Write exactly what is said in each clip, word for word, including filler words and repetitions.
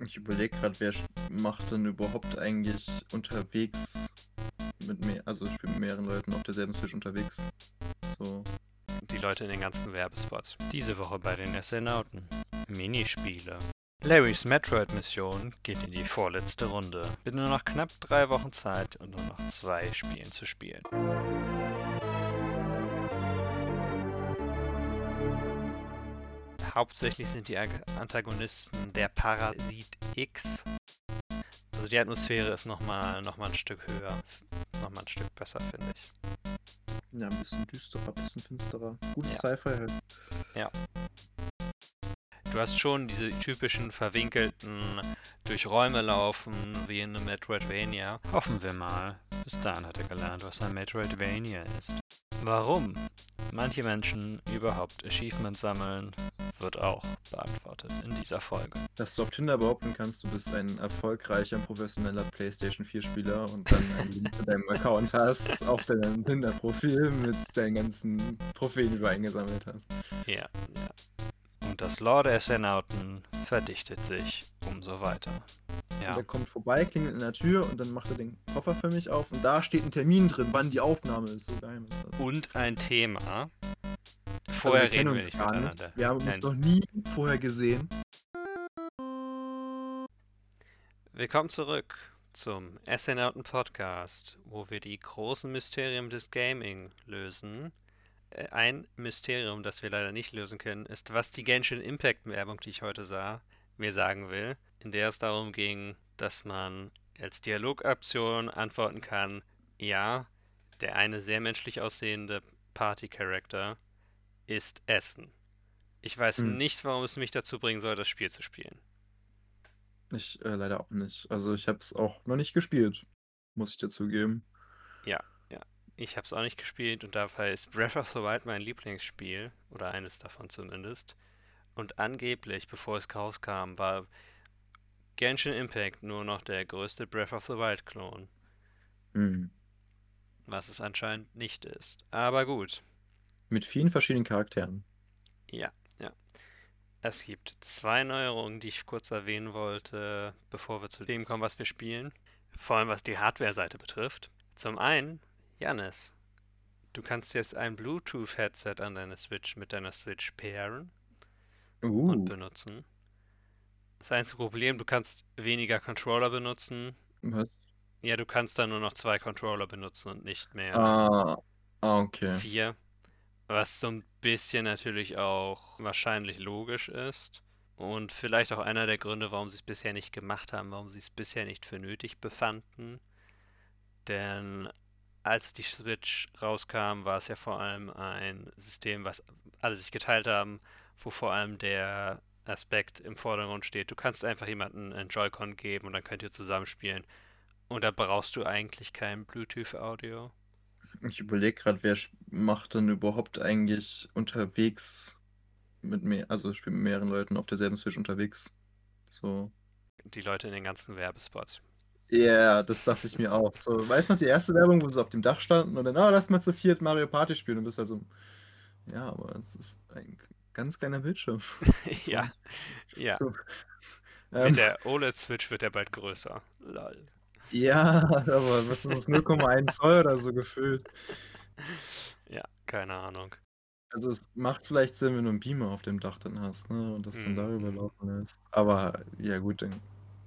Ich überlege gerade, wer sch- macht denn überhaupt eigentlich unterwegs mit mehr, also ich spiele mit mehreren Leuten auf derselben Switch unterwegs. So. Die Leute in den ganzen Werbespots. Diese Woche bei den Astronauten. Minispiele. Larrys Metroid-Mission geht in die vorletzte Runde. Mit nur noch knapp drei Wochen Zeit und nur noch zwei Spielen zu spielen. Hauptsächlich sind die Antagonisten der Parasit X. Also die Atmosphäre ist nochmal noch mal ein Stück höher. Nochmal ein Stück besser, finde ich. Ja, ein bisschen düsterer, ein bisschen finsterer. Gutes Ja. Sci-Fi halt. Ja. Du hast schon diese typischen verwinkelten durch Räume laufen, wie in einem Metroidvania. Hoffen wir mal. Bis dahin hat er gelernt, was ein Metroidvania ist. Warum manche Menschen überhaupt Achievements sammeln, wird auch beantwortet in dieser Folge. Dass du auf Tinder behaupten kannst, du bist ein erfolgreicher, professioneller PlayStation vier Spieler und dann einen Link zu deinem Account hast auf deinem Tinder-Profil mit deinen ganzen Trophäen, die du eingesammelt hast. Ja, ja. Und das Lore der Astronauten verdichtet sich umso weiter. Ja. Und er kommt vorbei, klingelt in der Tür und dann macht er den Koffer für mich auf und da steht ein Termin drin, wann die Aufnahme ist. So geheim ist das. Und ein Thema. Also Vorher wir kennen reden wir uns nicht gar miteinander. nicht. Wir haben uns Nein. noch nie vorher gesehen. Willkommen zurück zum Astronauten-Podcast, wo wir die großen Mysterien des Gaming lösen. Äh, Ein Mysterium, das wir leider nicht lösen können, ist, was die Genshin Impact-Werbung, die ich heute sah, mir sagen will, in der es darum ging, dass man als Dialogoption antworten kann, ja, der eine sehr menschlich aussehende Party-Character ist Essen. Ich weiß Hm. nicht, warum es mich dazu bringen soll, das Spiel zu spielen. Ich äh, leider auch nicht. Also ich habe es auch noch nicht gespielt, muss ich dazugeben. Ja, ja. Ich habe es auch nicht gespielt und dabei ist Breath of the Wild mein Lieblingsspiel, oder eines davon zumindest. Und angeblich, bevor es rauskam, war Genshin Impact nur noch der größte Breath of the Wild-Klon, Hm. was es anscheinend nicht ist. Aber gut, Mit vielen verschiedenen Charakteren. ja, ja. Es gibt zwei Neuerungen, die ich kurz erwähnen wollte, bevor wir zu dem kommen, was wir spielen. Vor allem was die Hardware-Seite betrifft. Zum einen, Jannis, du kannst jetzt ein Bluetooth-Headset an deine Switch mit deiner Switch pairen und Uh, benutzen. Das einzige Problem, du kannst weniger Controller benutzen. was? Ja, du kannst dann nur noch zwei Controller benutzen und nicht mehr Ah, ah, okay. vier. Was so ein bisschen natürlich auch wahrscheinlich logisch ist. Und vielleicht auch einer der Gründe, warum sie es bisher nicht gemacht haben, warum sie es bisher nicht für nötig befanden. Denn als die Switch rauskam, war es ja vor allem ein System, was alle sich geteilt haben, wo vor allem der Aspekt im Vordergrund steht. Du kannst einfach jemanden einen Joy-Con geben und dann könnt ihr zusammenspielen. Und da brauchst du eigentlich kein Bluetooth-Audio. Ich überlege gerade, wer sch- macht denn überhaupt eigentlich unterwegs mit mehr, also ich spiele mit mehreren Leuten auf derselben Switch unterwegs. So. Die Leute in den ganzen Werbespots. Ja, yeah, das dachte ich mir auch. So, war jetzt noch die erste Werbung, wo sie auf dem Dach standen und dann, ah, lass mal zu viert Mario Party spielen und bist halt so, ja, aber es ist ein ganz kleiner Bildschirm. So, Ja, ja. so, Mit ähm, der O L E D-Switch wird der bald größer. Lol. ja, aber was ist das, null Komma eins Zoll oder so gefühlt? Ja, keine Ahnung. Also es macht vielleicht Sinn, wenn du einen Beamer auf dem Dach dann hast, ne, und das dann darüber Mhm. laufen lässt. Aber ja gut, dann,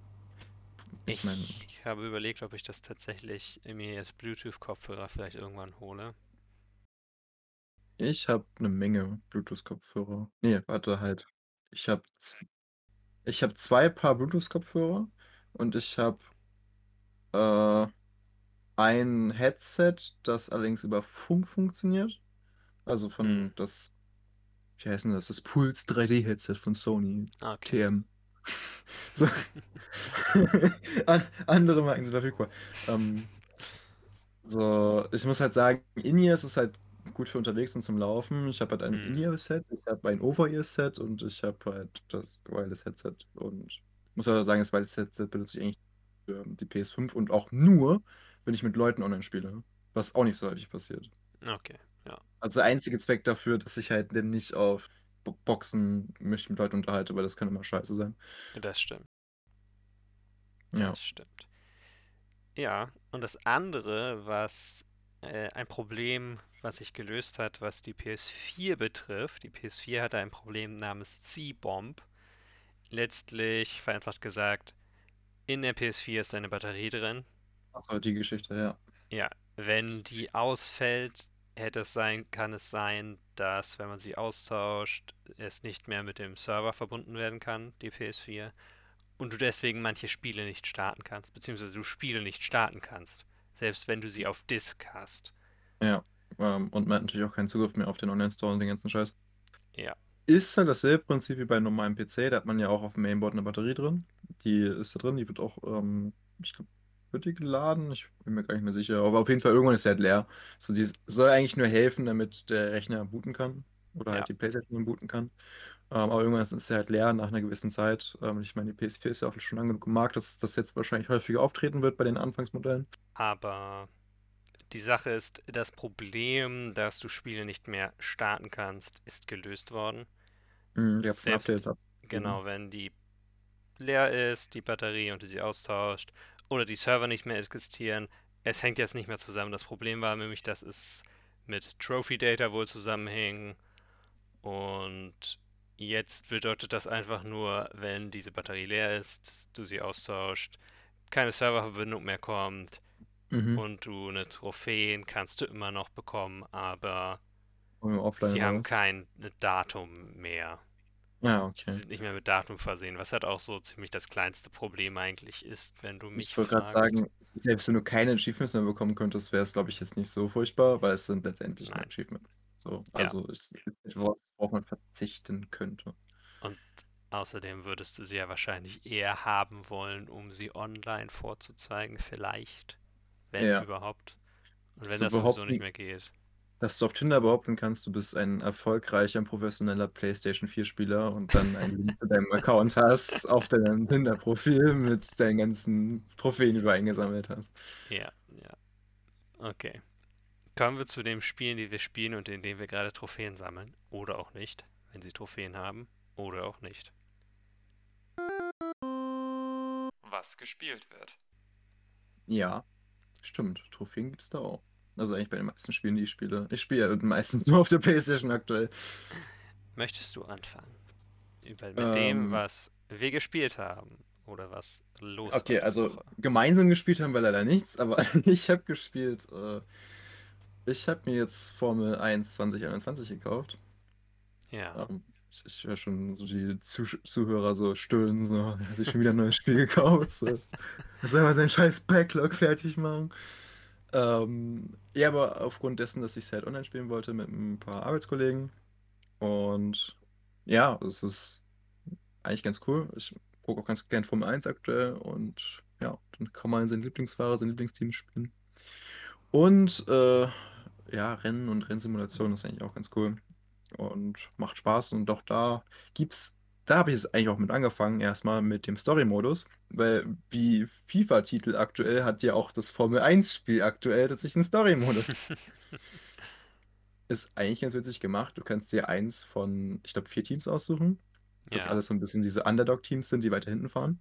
ich meine, Ich habe überlegt, ob ich das tatsächlich mir jetzt Bluetooth-Kopfhörer vielleicht irgendwann hole. ich habe eine Menge Bluetooth-Kopfhörer. Nee, warte halt. Ich habe ich hab zwei Paar Bluetooth-Kopfhörer und ich habe äh, ein Headset, das allerdings über Funk funktioniert. Also Hm. von das, wie heißt denn das? Das Pulse drei D-Headset von Sony. Okay. T M. So. An, andere Marken sind verfügbar. Ähm, so, ich muss halt sagen, In-Ear ist es halt gut für unterwegs und zum Laufen. Ich habe halt ein Hm. In-Ear-Set, ich habe ein Over-Ear-Set und ich habe halt das Wireless-Headset. Und ich muss aber sagen, das Wireless-Headset benutze ich eigentlich für die P S fünf und auch nur, wenn ich mit Leuten online spiele. Was auch nicht so häufig passiert. Okay, ja. Also der einzige Zweck dafür, dass ich halt dann nicht auf Bo- Boxen mich mit Leuten unterhalte, weil das kann immer scheiße sein. Das stimmt. Ja. Das stimmt. Ja, und das andere, was äh, ein Problem, was sich gelöst hat, was die P S vier betrifft. Die P S vier hatte ein Problem namens C-Bomb. Letztlich, vereinfacht gesagt, in der P S vier ist eine Batterie drin. Achso, die Geschichte, ja. Ja, wenn die ausfällt, hätte es sein, kann es sein, dass, wenn man sie austauscht, es nicht mehr mit dem Server verbunden werden kann, die P S vier, und du deswegen manche Spiele nicht starten kannst, beziehungsweise du Spiele nicht starten kannst, selbst wenn du sie auf Disk hast. Ja. Ähm, und man hat natürlich auch keinen Zugriff mehr auf den Online-Store und den ganzen Scheiß. Ja, Ist halt dasselbe Prinzip wie bei einem normalen P C. Da hat man ja auch auf dem Mainboard eine Batterie drin. Die ist da drin, die wird auch, ähm, ich glaube, wird die geladen? Ich bin mir gar nicht mehr sicher. Aber auf jeden Fall, irgendwann ist sie halt leer. So, die soll eigentlich nur helfen, damit der Rechner booten kann. Oder ja, halt die PlayStation booten kann. Ähm, aber irgendwann ist sie halt leer nach einer gewissen Zeit. Ähm, ich meine, die P S vier ist ja auch schon lange genug im Markt, dass das jetzt wahrscheinlich häufiger auftreten wird bei den Anfangsmodellen. aber die Sache ist, das Problem, dass du Spiele nicht mehr starten kannst, ist gelöst worden. Mhm, gab es ein Update Selbst abgegeben. genau, wenn die leer ist, die Batterie, und du sie austauscht oder die Server nicht mehr existieren. Es hängt jetzt nicht mehr zusammen. Das Problem war nämlich, dass es mit Trophy Data wohl zusammenhing, und jetzt bedeutet das einfach nur, wenn diese Batterie leer ist, du sie austauscht, keine Serververbindung mehr kommt Mhm. und du eine Trophäen kannst du immer noch bekommen, aber Und im Offline sie oder haben was? kein Datum mehr. Ja, Sie okay. sind nicht mehr mit Datum versehen, was halt auch so ziemlich das kleinste Problem eigentlich ist, wenn du Ich mich wollte gerade fragst. sagen, selbst wenn du keine Achievements mehr bekommen könntest, wäre es, glaube ich, jetzt nicht so furchtbar, weil es sind letztendlich nur Nein. Achievements. So, Ja. also es ist etwas, worauf man verzichten könnte. Und außerdem würdest du sie ja wahrscheinlich eher haben wollen, um sie online vorzuzeigen, vielleicht, wenn Ja, überhaupt. Und wenn dass du das sowieso nicht behaupten, mehr geht. dass du auf Tinder behaupten kannst, du bist ein erfolgreicher, professioneller PlayStation vier Spieler und dann einen Link zu deinem Account hast auf deinem Tinder-Profil mit deinen ganzen Trophäen, die du eingesammelt hast. Ja, ja. Okay. Kommen wir zu den Spielen, die wir spielen und in denen wir gerade Trophäen sammeln. Oder auch nicht, wenn sie Trophäen haben. Oder auch nicht. Was gespielt wird. Ja, stimmt. Trophäen gibt es da auch. Also eigentlich bei den meisten Spielen, die ich spiele. Ich spiele ja meistens nur auf der PlayStation aktuell. Möchtest du anfangen? Über mit dem, Ähm, was wir gespielt haben. Oder was los war okay, diese also Woche. gemeinsam gespielt haben wir leider nichts, aber ich habe gespielt. Äh, ich habe mir jetzt Formel eins zwanzig einundzwanzig gekauft. Ja. Ähm, ich, ich höre schon so die Zusch Zuhörer so stöhnen, so, er hat sich schon wieder ein neues Spiel gekauft. So. Er soll mal seinen scheiß Backlog fertig machen. Ähm, ja, aber aufgrund dessen, dass ich es halt online spielen wollte mit ein paar Arbeitskollegen. Und ja, es ist eigentlich ganz cool. Ich gucke auch ganz gern Formel eins aktuell und ja, dann kann man seinen Lieblingsfahrer, sein Lieblingsteam spielen. Und äh, ja, Rennen und Rennsimulation ist eigentlich auch ganz cool und macht Spaß. Und auch da gibt's, da habe ich es eigentlich auch mit angefangen, erstmal mit dem Story-Modus, weil wie FIFA-Titel aktuell hat ja auch das Formel eins-Spiel aktuell tatsächlich einen Story-Modus. Ist eigentlich ganz witzig gemacht. Du kannst dir eins von, ich glaube, vier Teams aussuchen. Das Ja. alles so ein bisschen diese Underdog-Teams sind, die weiter hinten fahren.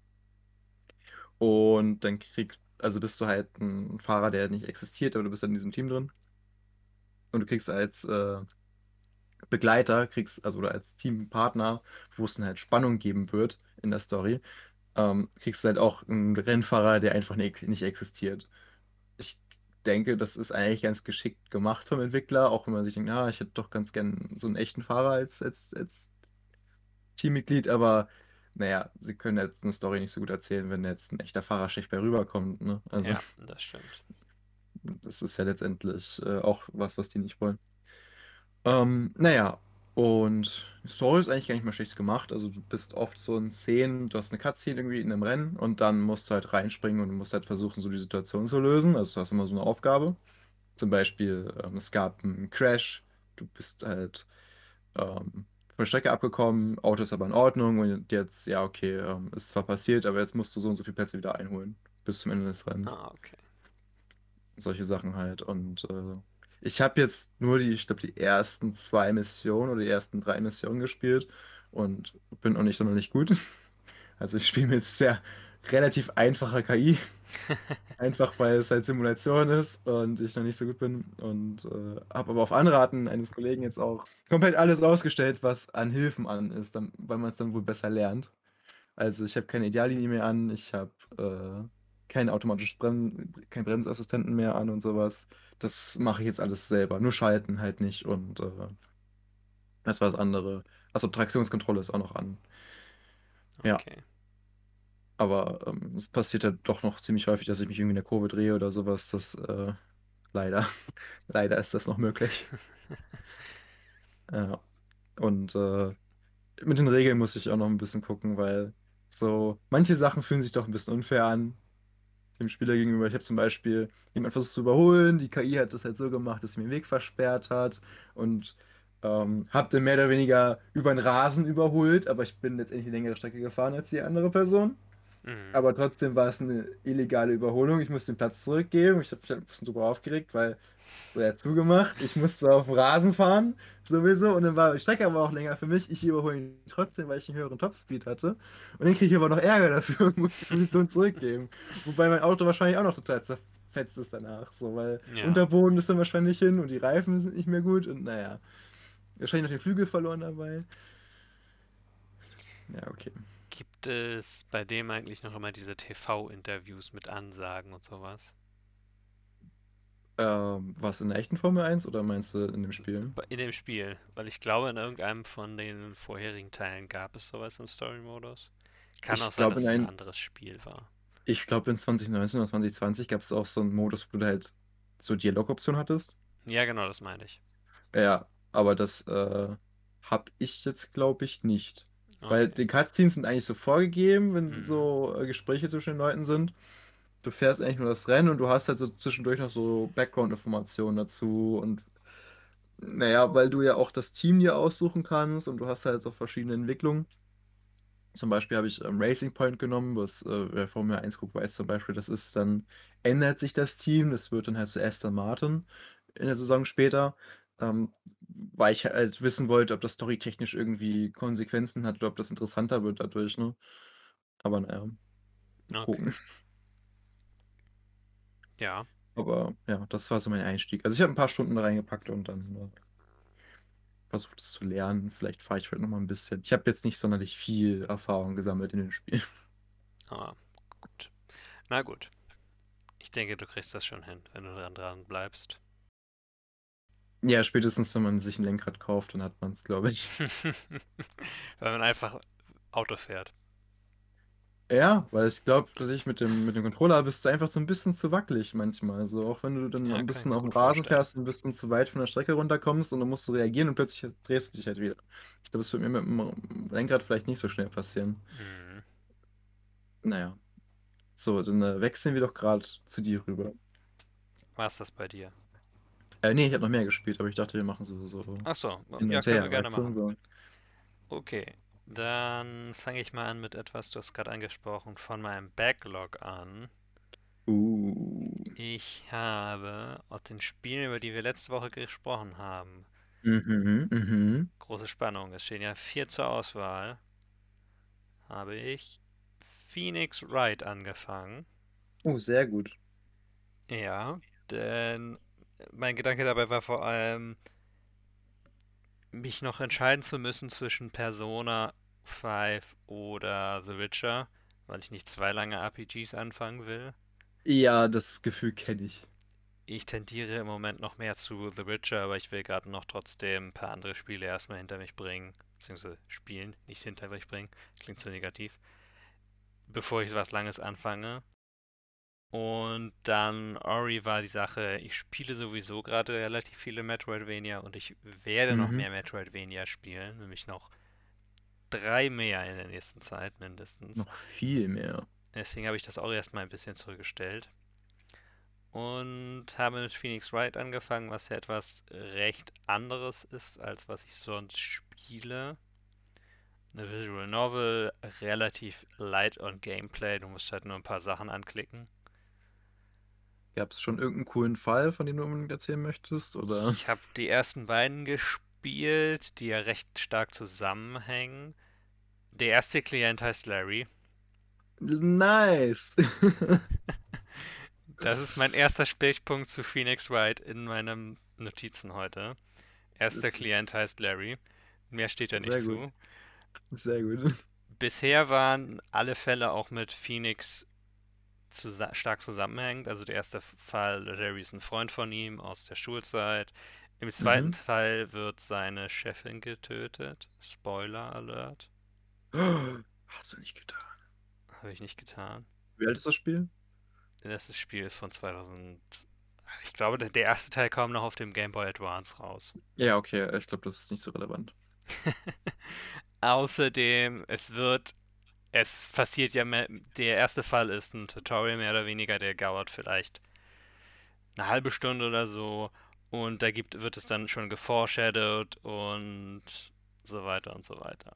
Und dann kriegst, also bist du halt ein Fahrer, der nicht existiert, aber du bist halt in diesem Team drin. Und du kriegst als äh, Begleiter, kriegst, also oder als Teampartner, wo es dann halt Spannung geben wird in der Story, ähm, kriegst du halt auch einen Rennfahrer, der einfach nicht, nicht existiert. Ich denke, das ist eigentlich ganz geschickt gemacht vom Entwickler, auch wenn man sich denkt, ja, ich hätte doch ganz gern so einen echten Fahrer als, als, als Teammitglied, aber naja, sie können jetzt eine Story nicht so gut erzählen, wenn jetzt ein echter Fahrer schlecht bei rüberkommt, ne? Also, Ja, das stimmt. das ist ja letztendlich äh, auch was, was die nicht wollen. Ähm, naja, und die Story ist eigentlich gar nicht mal schlecht gemacht. Also, du bist oft so in Szenen, du hast eine Cutscene irgendwie in einem Rennen und dann musst du halt reinspringen und musst halt versuchen, so die Situation zu lösen. Also, du hast immer so eine Aufgabe. Zum Beispiel, ähm, es gab einen Crash, du bist halt ähm, von der Strecke abgekommen, Auto ist aber in Ordnung und jetzt, ja, okay, ähm, ist zwar passiert, aber jetzt musst du so und so viele Plätze wieder einholen bis zum Ende des Rennens. Ah, okay. Solche Sachen halt. Und äh, ich habe jetzt nur die, ich glaube, die ersten zwei Missionen oder die ersten drei Missionen gespielt und bin auch nicht sonderlich gut. Also ich spiele mir jetzt sehr relativ einfacher K I. Einfach weil es halt Simulation ist und ich noch nicht so gut bin. Und äh, habe aber auf Anraten eines Kollegen jetzt auch komplett alles ausgestellt, was an Hilfen an ist, dann, weil man es dann wohl besser lernt. Also ich habe keine Ideallinie mehr an, ich habe äh, keinen automatischen Brem keinen Bremsassistenten mehr an und sowas. Das mache ich jetzt alles selber. Nur schalten halt nicht und äh, das war das andere. Also Traktionskontrolle ist auch noch an. Ja, Okay. aber ähm, es passiert ja doch noch ziemlich häufig, dass ich mich irgendwie in der Kurve drehe oder sowas. Das äh, leider, leider ist das noch möglich. Ja. Und äh, mit den Regeln muss ich auch noch ein bisschen gucken, weil so manche Sachen fühlen sich doch ein bisschen unfair an dem Spieler gegenüber. Ich habe zum Beispiel jemand versucht zu überholen, die K I hat das halt so gemacht, dass sie mir den Weg versperrt hat und ähm, habe dann mehr oder weniger über den Rasen überholt, aber ich bin letztendlich eine längere Strecke gefahren als die andere Person. Mhm. Aber trotzdem war es eine illegale Überholung. Ich musste den Platz zurückgeben. Ich habe mich halt ein bisschen drüber aufgeregt, weil so ja zugemacht. Ich musste auf dem Rasen fahren, sowieso. Und dann war die Strecke aber auch länger für mich. Ich überhole ihn trotzdem, weil ich einen höheren Topspeed hatte. Und dann kriege ich aber noch Ärger dafür und muss die Position zurückgeben. Wobei mein Auto wahrscheinlich auch noch total zerfetzt ist danach. So, weil Ja. Unterboden ist dann wahrscheinlich hin und die Reifen sind nicht mehr gut. Und naja, wahrscheinlich noch den Flügel verloren dabei. Ja, okay. Gibt es bei dem eigentlich noch immer diese T V-Interviews mit Ansagen und sowas? Ähm, was in der echten Formel eins oder meinst du in dem Spiel? Bei- In dem Spiel, weil ich glaube, in irgendeinem von den vorherigen Teilen gab es sowas im Story-Modus. Kann auch Ich sein, glaube, dass in es ein ein, anderes Spiel war. ich glaube, in zwanzig neunzehn oder zwanzig zwanzig gab es auch so einen Modus, wo du halt so Dialogoptionen hattest. Ja, genau, das meine ich. Ja, aber das äh, habe ich jetzt, glaube ich, nicht. Weil Okay. die Cutscenes sind eigentlich so vorgegeben, wenn Mhm. so äh, Gespräche zwischen den Leuten sind. Du fährst eigentlich nur das Rennen und du hast halt so zwischendurch noch so Background-Informationen dazu. Und naja, weil du ja auch das Team dir aussuchen kannst und du hast halt so verschiedene Entwicklungen. Zum Beispiel habe ich ähm, Racing Point genommen, was äh, wer Formel eins guckt, weiß zum Beispiel, das ist dann, ändert sich das Team, das wird dann halt zu Aston Martin in der Saison später, ähm, weil ich halt wissen wollte, ob das storytechnisch irgendwie Konsequenzen hat oder ob das interessanter wird dadurch, ne? Aber naja, mal Okay. gucken. Ja. Aber ja, das war so mein Einstieg. Also ich habe ein paar Stunden da reingepackt und dann äh, versucht es zu lernen. Vielleicht fahre ich heute noch mal ein bisschen. Ich habe jetzt nicht sonderlich viel Erfahrung gesammelt in dem Spiel. Aber gut. Na gut. Ich denke, du kriegst das schon hin, wenn du dran dran bleibst. Ja, spätestens, wenn man sich ein Lenkrad kauft, dann hat man es, glaube ich. Weil man einfach Auto fährt. Ja, weil ich glaube, dass ich mit dem, mit dem Controller bist du einfach so ein bisschen zu wackelig manchmal. Also auch wenn du dann Ja, ein kann ich bisschen mir auf dem gut Rasen vorstellen. fährst und ein bisschen zu weit von der Strecke runterkommst und dann musst du reagieren und plötzlich drehst du dich halt wieder. Ich glaube, das wird mir mit dem Lenkrad vielleicht nicht so schnell passieren. Mhm. Naja. So, dann äh, wechseln wir doch gerade zu dir rüber. War's das bei dir? Äh, nee, ich habe noch mehr gespielt, aber ich dachte, wir machen so, so Ach so, hin ja, und können wir her, gerne weißt du? machen. So. Okay, dann fange ich mal an mit etwas, du hast gerade angesprochen, von meinem Backlog an. Uh. Ich habe aus den Spielen, über die wir letzte Woche gesprochen haben, Mhm, mhm. große Spannung, es stehen ja vier zur Auswahl, habe ich Phoenix Wright angefangen. Oh, sehr gut. Ja, denn mein Gedanke dabei war vor allem, mich noch entscheiden zu müssen zwischen Persona fünf oder The Witcher, weil ich nicht zwei lange R P Gs anfangen will. Ja, das Gefühl kenne ich. Ich tendiere im Moment noch mehr zu The Witcher, aber ich will gerade noch trotzdem ein paar andere Spiele erstmal hinter mich bringen, beziehungsweise spielen, nicht hinter mich bringen, klingt so negativ, bevor ich was Langes anfange. Und dann Ori war die Sache, ich spiele sowieso gerade relativ viele Metroidvania und ich werde noch Mhm. mehr Metroidvania spielen, nämlich noch drei mehr in der nächsten Zeit mindestens. Noch viel mehr. Deswegen habe ich das auch erstmal ein bisschen zurückgestellt. Und habe mit Phoenix Wright angefangen, was ja etwas recht anderes ist, als was ich sonst spiele. Eine Visual Novel, relativ light on Gameplay, du musst halt nur ein paar Sachen anklicken. Gab es schon irgendeinen coolen Fall, von dem du unbedingt erzählen möchtest? Oder? Ich habe die ersten beiden gespielt, die ja recht stark zusammenhängen. Der erste Klient heißt Larry. Nice. Das ist mein erster Stichpunkt zu Phoenix Wright in meinen Notizen heute. Erster Das ist, Klient heißt Larry. Mehr steht das da ist nicht sehr gut. zu. Sehr gut. Bisher waren alle Fälle auch mit Phoenix zusa stark zusammenhängend. Also der erste Fall, Larry ist ein Freund von ihm aus der Schulzeit. Im zweiten Mhm. Fall wird seine Chefin getötet. Spoiler Alert. Hast du nicht getan. Habe ich nicht getan. Wie alt ist das Spiel? Das Spiel ist von zweitausend. Ich glaube, der erste Teil kam noch auf dem Game Boy Advance raus. Ja, okay, ich glaube, das ist nicht so relevant. Außerdem, es wird, es passiert ja, mehr, der erste Fall ist ein Tutorial mehr oder weniger, der dauert vielleicht eine halbe Stunde oder so und da gibt, wird es dann schon geforeshadowed und so weiter und so weiter.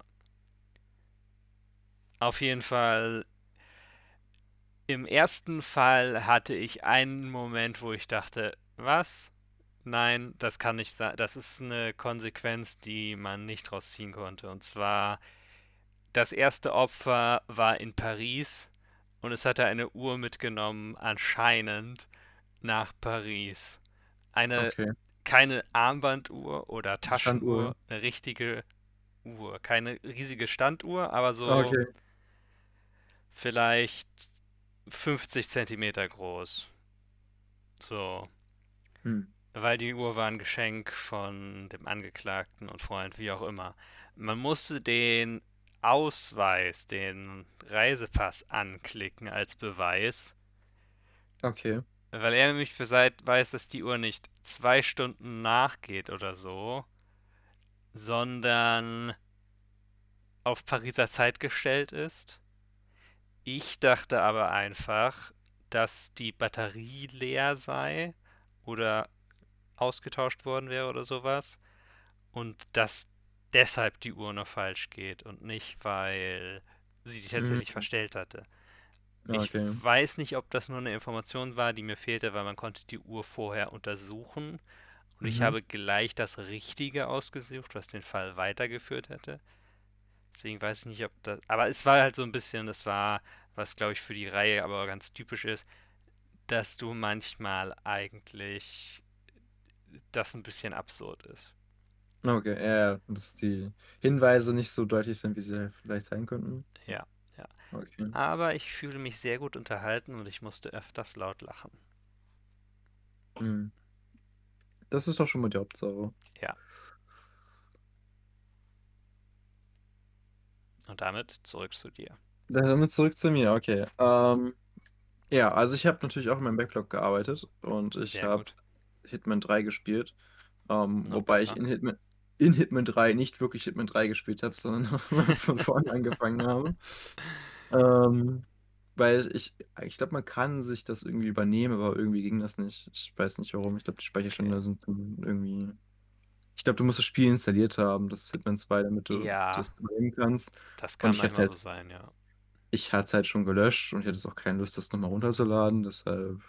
Auf jeden Fall, im ersten Fall hatte ich einen Moment, wo ich dachte, was? Nein, das kann nicht sein. Das ist eine Konsequenz, die man nicht rausziehen konnte. Und zwar, das erste Opfer war in Paris und es hatte eine Uhr mitgenommen, anscheinend nach Paris. Eine, Okay. keine Armbanduhr oder Standuhr. Taschenuhr, eine richtige Uhr. Keine riesige Standuhr, aber so Okay. vielleicht fünfzig Zentimeter groß. So. Hm. Weil die Uhr war ein Geschenk von dem Angeklagten und Freund, wie auch immer. Man musste den Ausweis, den Reisepass anklicken als Beweis, Okay. weil er nämlich beseit weiß, dass die Uhr nicht zwei Stunden nachgeht oder so, sondern auf Pariser Zeit gestellt ist. Ich dachte aber einfach, dass die Batterie leer sei oder ausgetauscht worden wäre oder sowas. Und dass deshalb die Uhr noch falsch geht und nicht, weil sie die tatsächlich Mhm. verstellt hatte. Ich Okay. weiß nicht, ob das nur eine Information war, die mir fehlte, weil man konnte die Uhr vorher untersuchen und ich Mhm. habe gleich das Richtige ausgesucht, was den Fall weitergeführt hätte. Deswegen weiß ich nicht, ob das. Aber es war halt so ein bisschen, das war, was glaube ich für die Reihe aber ganz typisch ist, dass du manchmal eigentlich das ein bisschen absurd ist. Okay, ja, ja, dass die Hinweise nicht so deutlich sind, wie sie vielleicht sein könnten. Ja, ja. Okay. Aber ich fühle mich sehr gut unterhalten und ich musste öfters laut lachen. Hm. Das ist doch schon mal die Hauptsache. Ja. Und damit zurück zu dir. Damit zurück zu mir, okay. Ähm, ja, also ich habe natürlich auch in meinem Backlog gearbeitet und ich Sehr habe gut. Hitman drei gespielt. Ähm, Noch wobei ich besser. in Hitman, in Hitman drei nicht wirklich Hitman drei gespielt habe, sondern von vorne angefangen habe. Ähm, weil ich, ich glaube, man kann sich das irgendwie übernehmen, aber irgendwie ging das nicht. Ich weiß nicht warum. Ich glaube, die Okay. Speicherstände sind irgendwie. Ich glaube, du musst das Spiel installiert haben, das Hitman zwei, damit du Ja, das übernehmen kannst. das Und kann ich hatte manchmal so halt, sein, ja. ich hatte es halt schon gelöscht und ich hatte jetzt auch keine Lust, das nochmal runterzuladen. Deshalb,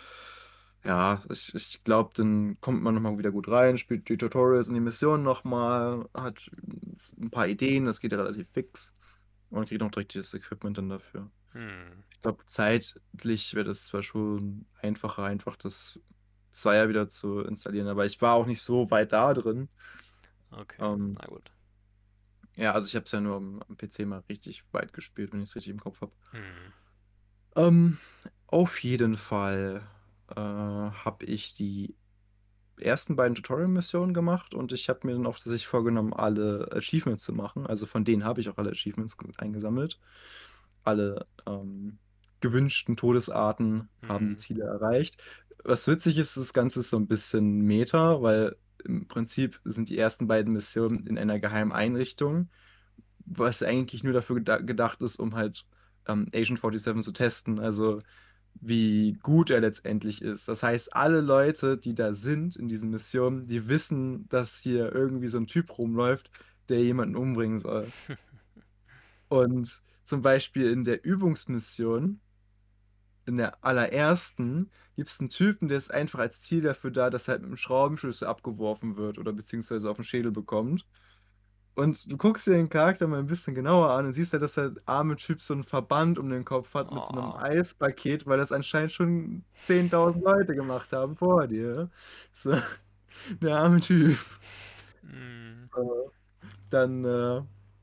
ja, ich, ich glaube, dann kommt man nochmal wieder gut rein, spielt die Tutorials und die Missionen nochmal, hat ein paar Ideen, das geht ja relativ fix. Und kriegt auch direkt das Equipment dann dafür. Hm. Ich glaube, zeitlich wäre das zwar schon einfacher, einfach das Zweier wieder zu installieren, aber ich war auch nicht so weit da drin. Okay, Ähm, na gut. ja, also ich habe es ja nur am, am P C mal richtig weit gespielt, wenn ich es richtig im Kopf habe. Hm. Ähm, auf jeden Fall äh, habe ich die ersten beiden Tutorial-Missionen gemacht und ich habe mir dann auch tatsächlich vorgenommen, alle Achievements zu machen. Also von denen habe ich auch alle Achievements ge- eingesammelt. Alle ähm, gewünschten Todesarten haben die Hm. Ziele erreicht. Was witzig ist, das Ganze ist so ein bisschen Meta, weil im Prinzip sind die ersten beiden Missionen in einer geheimen Einrichtung, was eigentlich nur dafür geda gedacht ist, um halt ähm, Agent siebenundvierzig zu testen. Also wie gut er letztendlich ist. Das heißt, alle Leute, die da sind in diesen Missionen, die wissen, dass hier irgendwie so ein Typ rumläuft, der jemanden umbringen soll. Und zum Beispiel in der Übungsmission, in der allerersten, gibt es einen Typen, der ist einfach als Ziel dafür da, dass er halt mit einem Schraubenschlüssel abgeworfen wird oder beziehungsweise auf den Schädel bekommt. Und du guckst dir den Charakter mal ein bisschen genauer an und siehst ja, dass der arme Typ so einen Verband um den Kopf hat mit so einem Oh. Eispaket, weil das anscheinend schon zehntausend Leute gemacht haben vor dir. So, der arme Typ. Mm. So, dann, äh,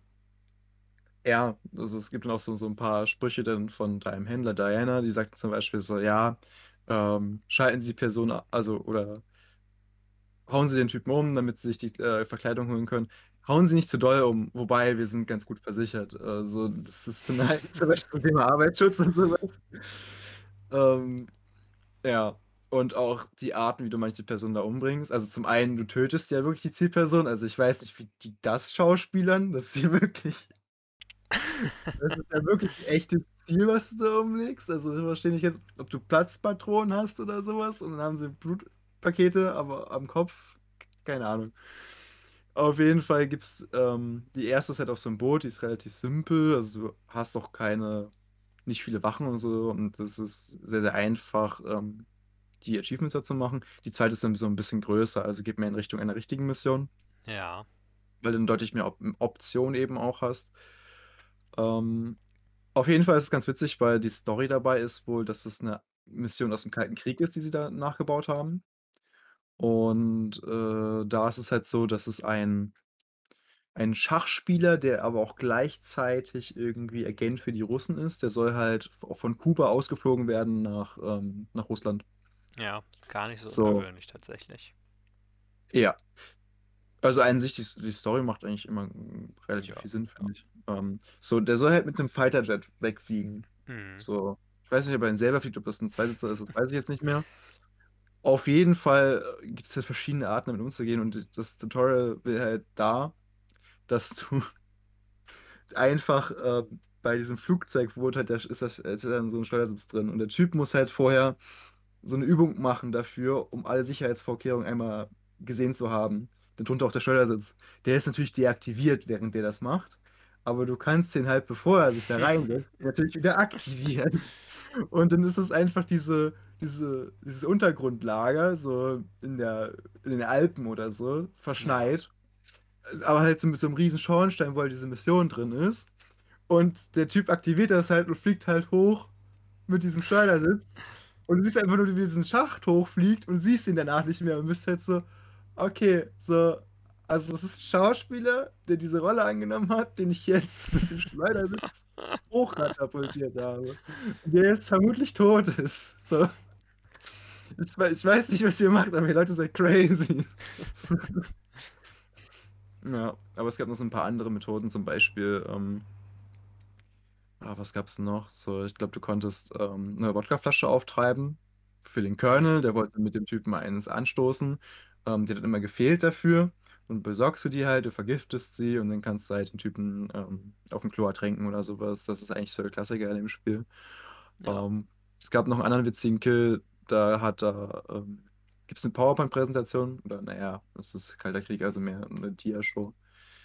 ja, also es gibt dann auch so, so ein paar Sprüche dann von deinem Händler Diana, die sagt zum Beispiel so, ja, ähm, schalten Sie Person, a- also, oder hauen Sie den Typen um, damit Sie sich die äh, Verkleidung holen können. Hauen Sie nicht zu doll um, wobei wir sind ganz gut versichert. Also, das ist dann halt zum Beispiel zum Thema Arbeitsschutz und sowas. Ähm, ja, und auch die Arten, wie du manche Personen da umbringst. Also zum einen, du tötest ja wirklich die Zielperson. Also ich weiß nicht, wie die das schauspielern. Das ist ja wirklich, das ist ja wirklich ein echtes Ziel, was du da umlegst. Also ich verstehe nicht jetzt, ob du Platzpatronen hast oder sowas und dann haben sie Blutpakete, aber am Kopf, keine Ahnung. Auf jeden Fall gibt es ähm, die erste Set auf so einem Boot, die ist relativ simpel. Also du hast auch keine, nicht viele Wachen und so. Und das ist sehr, sehr einfach, ähm, die Achievements dazu machen. Die zweite ist dann so ein bisschen größer, also geht mehr in Richtung einer richtigen Mission, Ja, weil du dann deutlich mehr Op Optionen eben auch hast. Ähm, auf jeden Fall ist es ganz witzig, weil die Story dabei ist wohl, dass es eine Mission aus dem Kalten Krieg ist, die sie da nachgebaut haben. Und äh, da ist es halt so, dass es ein ein Schachspieler, der aber auch gleichzeitig irgendwie Agent für die Russen ist, der soll halt v von Kuba ausgeflogen werden nach, ähm, nach Russland. ja, gar nicht so So, ungewöhnlich tatsächlich. ja. Also an sich, die, die Story macht eigentlich immer mm, relativ Ja, viel Sinn, ja. finde ich. Ähm, so, der soll halt mit einem Fighterjet wegfliegen. Mhm. So, ich weiß nicht, ob er ihn selber fliegt, ob das ein Zweisitzer ist, das weiß ich jetzt nicht mehr. Auf jeden Fall gibt es halt verschiedene Arten, damit umzugehen und das Tutorial will halt da, dass du einfach äh, bei diesem Flugzeug, wo halt der, ist, das, ist dann so ein Steuersitz drin und der Typ muss halt vorher so eine Übung machen dafür, um alle Sicherheitsvorkehrungen einmal gesehen zu haben. Darunter auch der Steuersitz. Der ist natürlich deaktiviert, während der das macht. Aber du kannst den halt, bevor er sich da reinsetzt, natürlich wieder aktivieren. Und dann ist es einfach diese, diese, dieses Untergrundlager, so in der, in den Alpen oder so, Ja. verschneit. Aber halt so mit so einem riesen Schornstein, wo halt diese Mission drin ist. Und der Typ aktiviert das halt und fliegt halt hoch mit diesem Schleudersitz. Und du siehst einfach nur, wie diesen Schacht hochfliegt und siehst ihn danach nicht mehr und bist halt so, okay, so, also das ist ein Schauspieler, der diese Rolle angenommen hat, den ich jetzt mit dem Schleudersitz hochkatapultiert habe. Und der jetzt vermutlich tot ist. So, ich, we- ich weiß nicht, was ihr macht, aber ihr Leute seid crazy. Ja, aber es gab noch so ein paar andere Methoden, zum Beispiel, ähm, Ah, was gab's denn noch? So, ich glaube, du konntest ähm, eine Wodkaflasche auftreiben für den Colonel. Mhm. Der wollte mit dem Typen eines anstoßen. Ähm, die hat immer gefehlt dafür. Und besorgst du die halt, du vergiftest sie und dann kannst du halt den Typen ähm, auf dem Klo ertränken oder sowas. Das ist eigentlich so der Klassiker in dem Spiel. Ja. Ähm, es gab noch einen anderen witzigen Kill. Da hat er, ähm, gibt es eine PowerPoint-Präsentation? Oder naja, das ist Kalter Krieg, also mehr eine Dia-Show.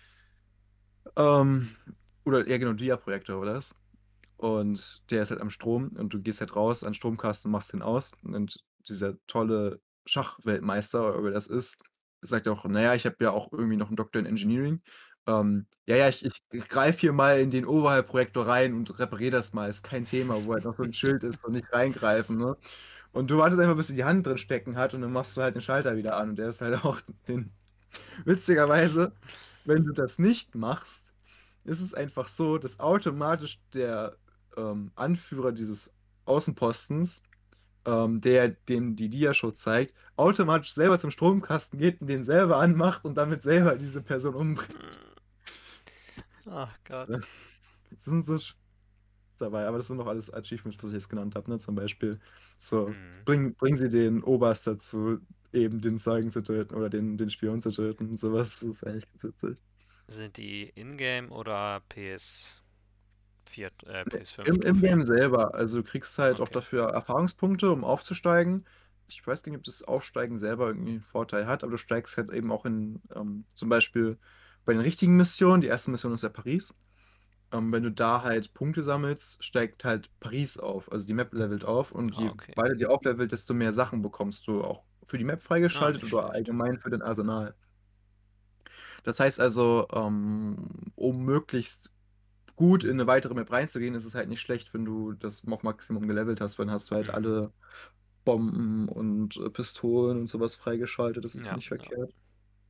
Ähm, oder eher genau, Dia-Projektor, oder? Und der ist halt am Strom und du gehst halt raus an den Stromkasten, machst den aus. Und dieser tolle Schachweltmeister, oder wer das ist, sagt auch, naja, ich habe ja auch irgendwie noch einen Doktor in Engineering. Ähm, ja, ja, ich, ich, ich greife hier mal in den Overhead-Projektor rein und repariere das mal. Ist kein Thema, wo halt noch so ein Schild ist und nicht reingreifen, ne? Und du wartest einfach, bis sie die Hand drin stecken hat und dann machst du halt den Schalter wieder an und der ist halt auch hin. Witzigerweise, wenn du das nicht machst, ist es einfach so, dass automatisch der ähm, Anführer dieses Außenpostens, ähm, der dem die Dia-Show zeigt, automatisch selber zum Stromkasten geht und den selber anmacht und damit selber diese Person umbringt. Ach Das, Gott. äh, das sind so Sch- dabei, aber das sind noch alles Achievements, was ich jetzt genannt habe, ne? Zum Beispiel, so, Mhm. bring, bring sie den Oberst dazu, eben den Zeugen zu töten oder den, den Spion zu töten. Sowas, das ist eigentlich ganz witzig. Sind die Ingame oder P S vier, äh, P S fünf Im, im Trophäen? Game selber. Also du kriegst halt auch Okay. dafür Erfahrungspunkte, um aufzusteigen. Ich weiß gar nicht, ob das Aufsteigen selber irgendwie einen Vorteil hat, aber du steigst halt eben auch in, ähm, zum Beispiel bei den richtigen Missionen. Die erste Mission ist ja Paris. Ähm, wenn du da halt Punkte sammelst, steigt halt Paris auf. Also die Map levelt auf und Ah, je okay. weiter die auflevelt, desto mehr Sachen bekommst du auch für die Map Ah, freigeschaltet nicht oder schlecht. allgemein für dein Arsenal. Das heißt also, ähm, um möglichst gut in eine weitere Map reinzugehen, ist es halt nicht schlecht, wenn du das auf Maximum gelevelt hast, dann hast du halt Mhm. alle Bomben und äh, Pistolen und sowas freigeschaltet. Das ist Ja, nicht ja. verkehrt.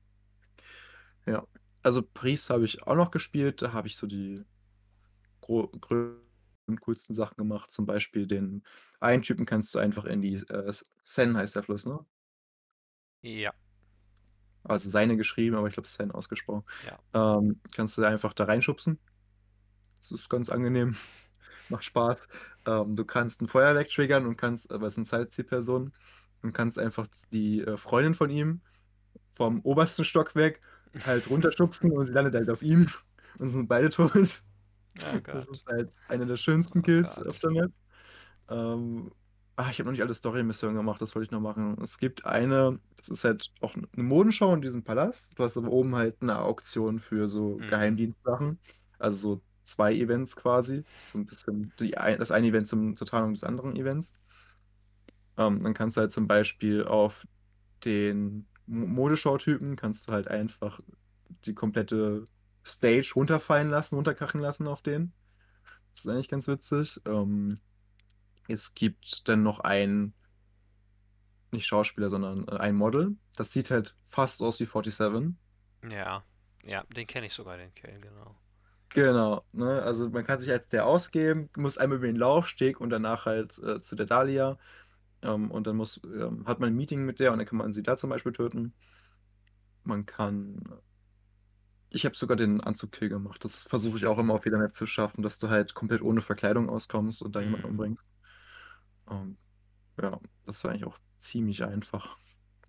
Ja. Also Paris habe ich auch noch gespielt. Da habe ich so die gro größten und coolsten Sachen gemacht. Zum Beispiel den einen Typen kannst du einfach in die äh, Seine heißt der Fluss, ne? Ja, Also Seine geschrieben, aber ich glaube Seine ausgesprochen. ja. Ähm, kannst du einfach da reinschubsen. Das ist ganz angenehm. Macht Spaß. Ähm, du kannst ein Feuerwerk triggern und kannst, aber es sind Sightseeer-Personen, und kannst einfach die äh, Freundin von ihm vom obersten Stockwerk halt runterschubsen und sie landet halt auf ihm und sind beide tot. Oh Das Gott. ist halt einer der schönsten Oh Kills auf Gott. der Map. Ähm, ah, ich habe noch nicht alle Story-Missionen gemacht, das wollte ich noch machen. Es gibt eine, das ist halt auch eine Modenschau in diesem Palast. Du hast aber oben halt eine Auktion für so Mhm. Geheimdienstsachen. Also so zwei Events quasi. So ein bisschen die, ein- das eine Event zum, zur Tarnung des anderen Events. Ähm, dann kannst du halt zum Beispiel auf den Mo- Modeschau-Typen kannst du halt einfach die komplette Stage runterfallen lassen, runterkrachen lassen auf den. Das ist eigentlich ganz witzig. Ähm, es gibt dann noch einen, nicht Schauspieler, sondern äh, ein Model. Das sieht halt fast aus wie siebenundvierzig. Ja. Ja, den kenne ich sogar, den Kill, genau. Genau, ne? Also man kann sich als der ausgeben, muss einmal über den Laufsteg und danach halt äh, zu der Dahlia. Ähm, und dann muss, ähm, hat man ein Meeting mit der und dann kann man sie da zum Beispiel töten. Man kann. Ich habe sogar den Anzugkill gemacht. Das versuche ich auch immer auf jeder Map zu schaffen, dass du halt komplett ohne Verkleidung auskommst und da jemanden Mhm. umbringst. Ähm, ja, das war eigentlich auch ziemlich einfach.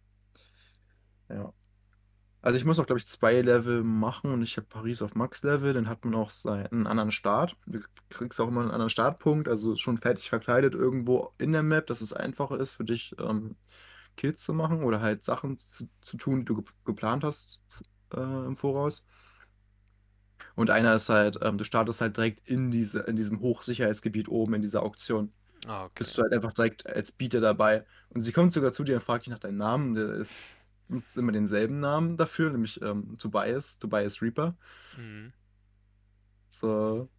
Ja. Also ich muss auch, glaube ich, zwei Level machen und ich habe Paris auf Max-Level, dann hat man auch seinen, einen anderen Start. Du kriegst auch immer einen anderen Startpunkt, also schon fertig verkleidet irgendwo in der Map, dass es einfacher ist für dich, ähm, Kills zu machen oder halt Sachen zu, zu tun, die du ge geplant hast äh, im Voraus. Und einer ist halt, ähm, du startest halt direkt in diese, in diesem Hochsicherheitsgebiet oben, in dieser Auktion. Ah, okay. Bist du halt einfach direkt als Bieter dabei. Und sie kommt sogar zu dir und fragt dich nach deinem Namen. Der ist, nutzt immer denselben Namen dafür, nämlich ähm, Tobias, Tobias Reaper. Mhm. So,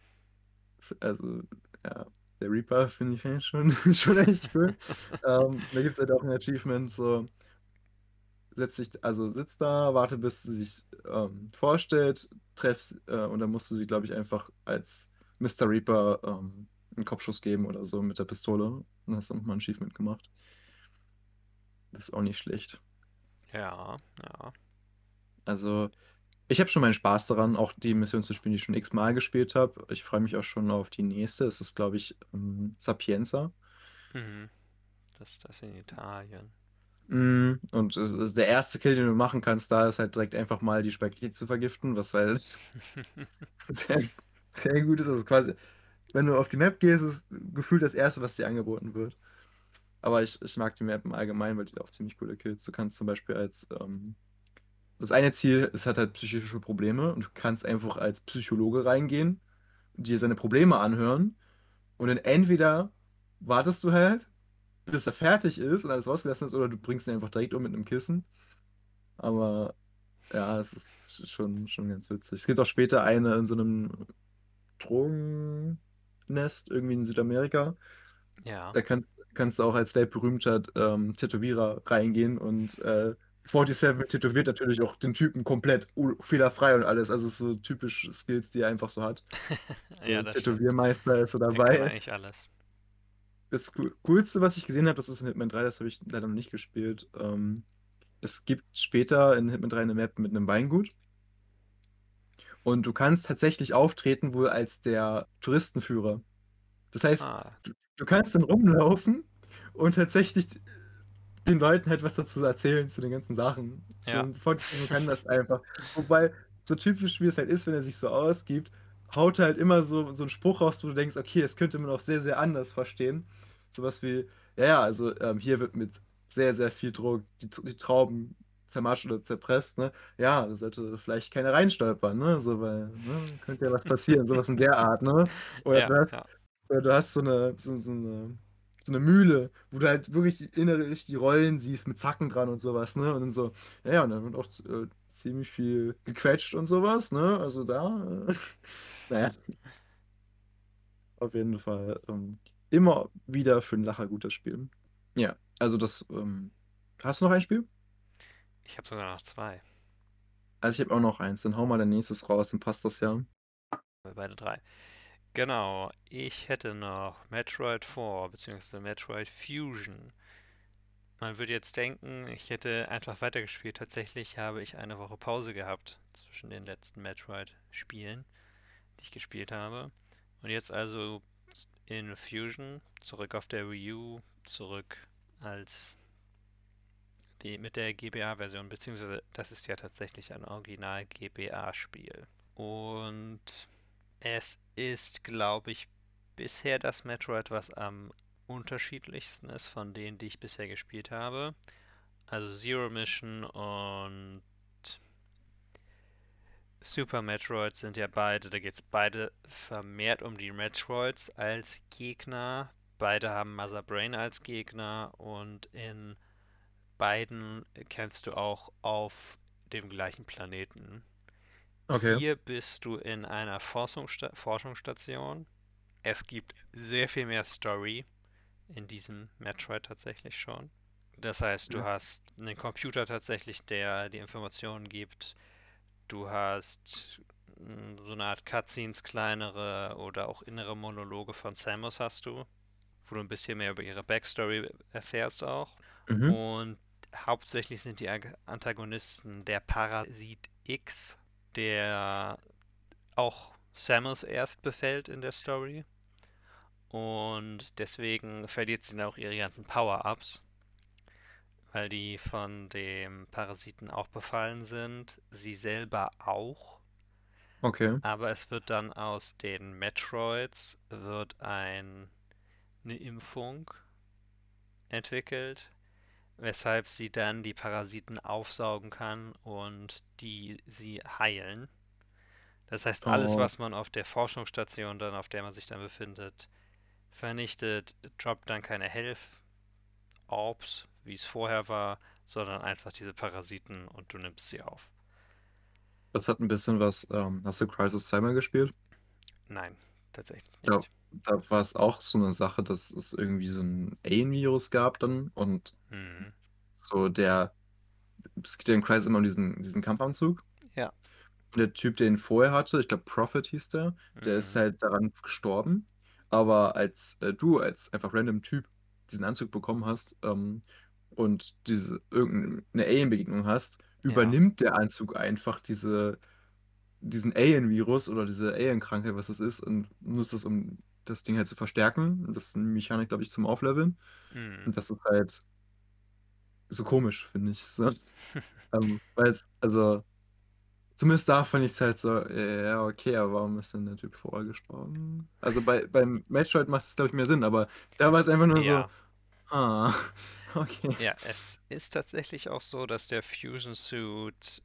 also, ja, der Reaper finde ich eigentlich schon, schon echt cool. Ähm, da gibt es halt auch ein Achievement, so, setz dich, also sitzt da, warte, bis sie sich ähm, vorstellt, treffst, äh, und dann musst du sie, glaube ich, einfach als Mister Reaper ähm, einen Kopfschuss geben oder so mit der Pistole. Dann hast du nochmal ein Achievement gemacht. Das ist auch nicht schlecht. Ja, ja. Also, ich habe schon meinen Spaß daran, auch die Mission zu spielen, die ich schon x-mal gespielt habe. Ich freue mich auch schon auf die nächste. Es ist, glaube ich, ähm, Sapienza. Mhm. Das ist das in Italien. Mm, Und es ist der erste Kill, den du machen kannst, da ist halt direkt einfach mal die Spaghetti zu vergiften, was halt sehr, sehr gut ist. Also quasi, wenn du auf die Map gehst, ist gefühlt das Erste, was dir angeboten wird. Aber ich, ich mag die Map im Allgemeinen, weil die auch ziemlich coole Kills. Du kannst zum Beispiel als, ähm, das eine Ziel, es hat halt psychische Probleme und du kannst einfach als Psychologe reingehen, dir seine Probleme anhören und dann entweder wartest du halt, bis er fertig ist und alles rausgelassen ist, oder du bringst ihn einfach direkt um mit einem Kissen. Aber ja, es ist schon, schon ganz witzig. Es gibt auch später eine in so einem Drogennest irgendwie in Südamerika. Ja. Da kannst, kannst du auch als weltberühmter ähm, Tätowierer reingehen und äh, siebenundvierzig tätowiert natürlich auch den Typen komplett u- fehlerfrei und alles. Also es ist so typisch Skills, die er einfach so hat. Ja, So, das stimmt. Tätowiermeister ist so Er kann dabei. eigentlich alles. Das Cool- Coolste, was ich gesehen habe, das ist in Hitman drei, das habe ich leider noch nicht gespielt. Ähm, es gibt später in Hitman drei eine Map mit einem Weingut. Und du kannst tatsächlich auftreten wohl als der Touristenführer. Das heißt, Ah, du, du kannst dann rumlaufen und tatsächlich den Leuten halt was dazu erzählen, zu den ganzen Sachen. So ja. ein Volkswagen kann das einfach. Wobei, so typisch wie es halt ist, wenn er sich so ausgibt, haut er halt immer so, so einen Spruch raus, wo du denkst, okay, das könnte man auch sehr, sehr anders verstehen. Sowas wie, ja, ja, also ähm, hier wird mit sehr, sehr viel Druck die, die Trauben zermatscht oder zerpresst, ne? Ja, da sollte vielleicht keiner reinstolpern, ne? So, weil, ne, könnte ja was passieren, sowas in der Art, ne? Oder Ja, du hast, ja. oder du hast so eine, so, so eine so eine Mühle, wo du halt wirklich innerlich die Rollen siehst mit Zacken dran und sowas, ne? Und dann so, ja, ja, und dann wird auch äh, ziemlich viel gequetscht und sowas, ne? Also da, äh, naja, auf jeden Fall ähm, immer wieder für einen Lacher gutes Spiel. Ja, also das, ähm, hast du noch ein Spiel? Ich habe sogar noch zwei. Also ich habe auch noch eins, dann hau mal dein nächstes raus, dann passt das ja. Wir beide drei. Genau, ich hätte noch Metroid vier bzw. Metroid Fusion. Man würde jetzt denken, ich hätte einfach weitergespielt. Tatsächlich habe ich eine Woche Pause gehabt zwischen den letzten Metroid-Spielen, die ich gespielt habe. Und jetzt also in Fusion, zurück auf der Wii U, zurück als die mit der G B A-Version, beziehungsweise das ist ja tatsächlich ein Original-G B A-Spiel. Und es ist, glaube ich, bisher das Metroid, was am unterschiedlichsten ist von denen, die ich bisher gespielt habe. Also Zero Mission und Super Metroid sind ja beide, da geht es beide vermehrt um die Metroids als Gegner. Beide haben Mother Brain als Gegner und in beiden kämpfst du auch auf dem gleichen Planeten. Okay. Hier bist du in einer Forschungssta Forschungsstation. Es gibt sehr viel mehr Story in diesem Metroid tatsächlich schon. Das heißt, du Ja. hast einen Computer tatsächlich, der die Informationen gibt. Du hast mm, so eine Art Cutscenes, kleinere oder auch innere Monologe von Samus hast du, wo du ein bisschen mehr über ihre Backstory erfährst auch. Mhm. Und hauptsächlich sind die Ag- Antagonisten der Parasit X, der auch Samus erst befällt in der Story. Und deswegen verliert sie dann auch ihre ganzen Power-Ups, weil die von dem Parasiten auch befallen sind. Sie selber auch. Okay. Aber es wird dann aus den Metroids wird ein, eine Impfung entwickelt, weshalb sie dann die Parasiten aufsaugen kann und die sie heilen. Das heißt, alles, Oh, was man auf der Forschungsstation dann, auf der man sich dann befindet, vernichtet, droppt dann keine Health Orbs, wie es vorher war, sondern einfach diese Parasiten und du nimmst sie auf. das hat ein bisschen was. Ähm, hast du Crisis Timer gespielt? Nein, tatsächlich Da, nicht. da war es auch so eine Sache, dass es irgendwie so ein Alien-Virus gab dann und Mhm. so der, es geht ja in Crisis immer um diesen, diesen Kampfanzug. Ja. Und der Typ, der ihn vorher hatte, ich glaube Prophet hieß der, der ist Mhm. halt daran gestorben. Aber als äh, du, als einfach random Typ, diesen Anzug bekommen hast ähm, und diese irgendeine Alien-Begegnung hast, Ja. übernimmt der Anzug einfach diese, diesen Alien-Virus oder diese Alien-Krankheit, was das ist, und nutzt es, um das Ding halt zu verstärken. Das ist eine Mechanik, glaube ich, zum Aufleveln. Mhm. Und das ist halt so komisch, finde ich. So. Ähm, weil es, also. Zumindest da fand ich es halt so, ja, okay, aber warum ist denn der Typ vorher gestorben? Also bei, beim Metroid macht es, glaube ich, mehr Sinn, aber da war es einfach nur so, Ja. ah, okay. Ja, es ist tatsächlich auch so, dass der Fusion Suit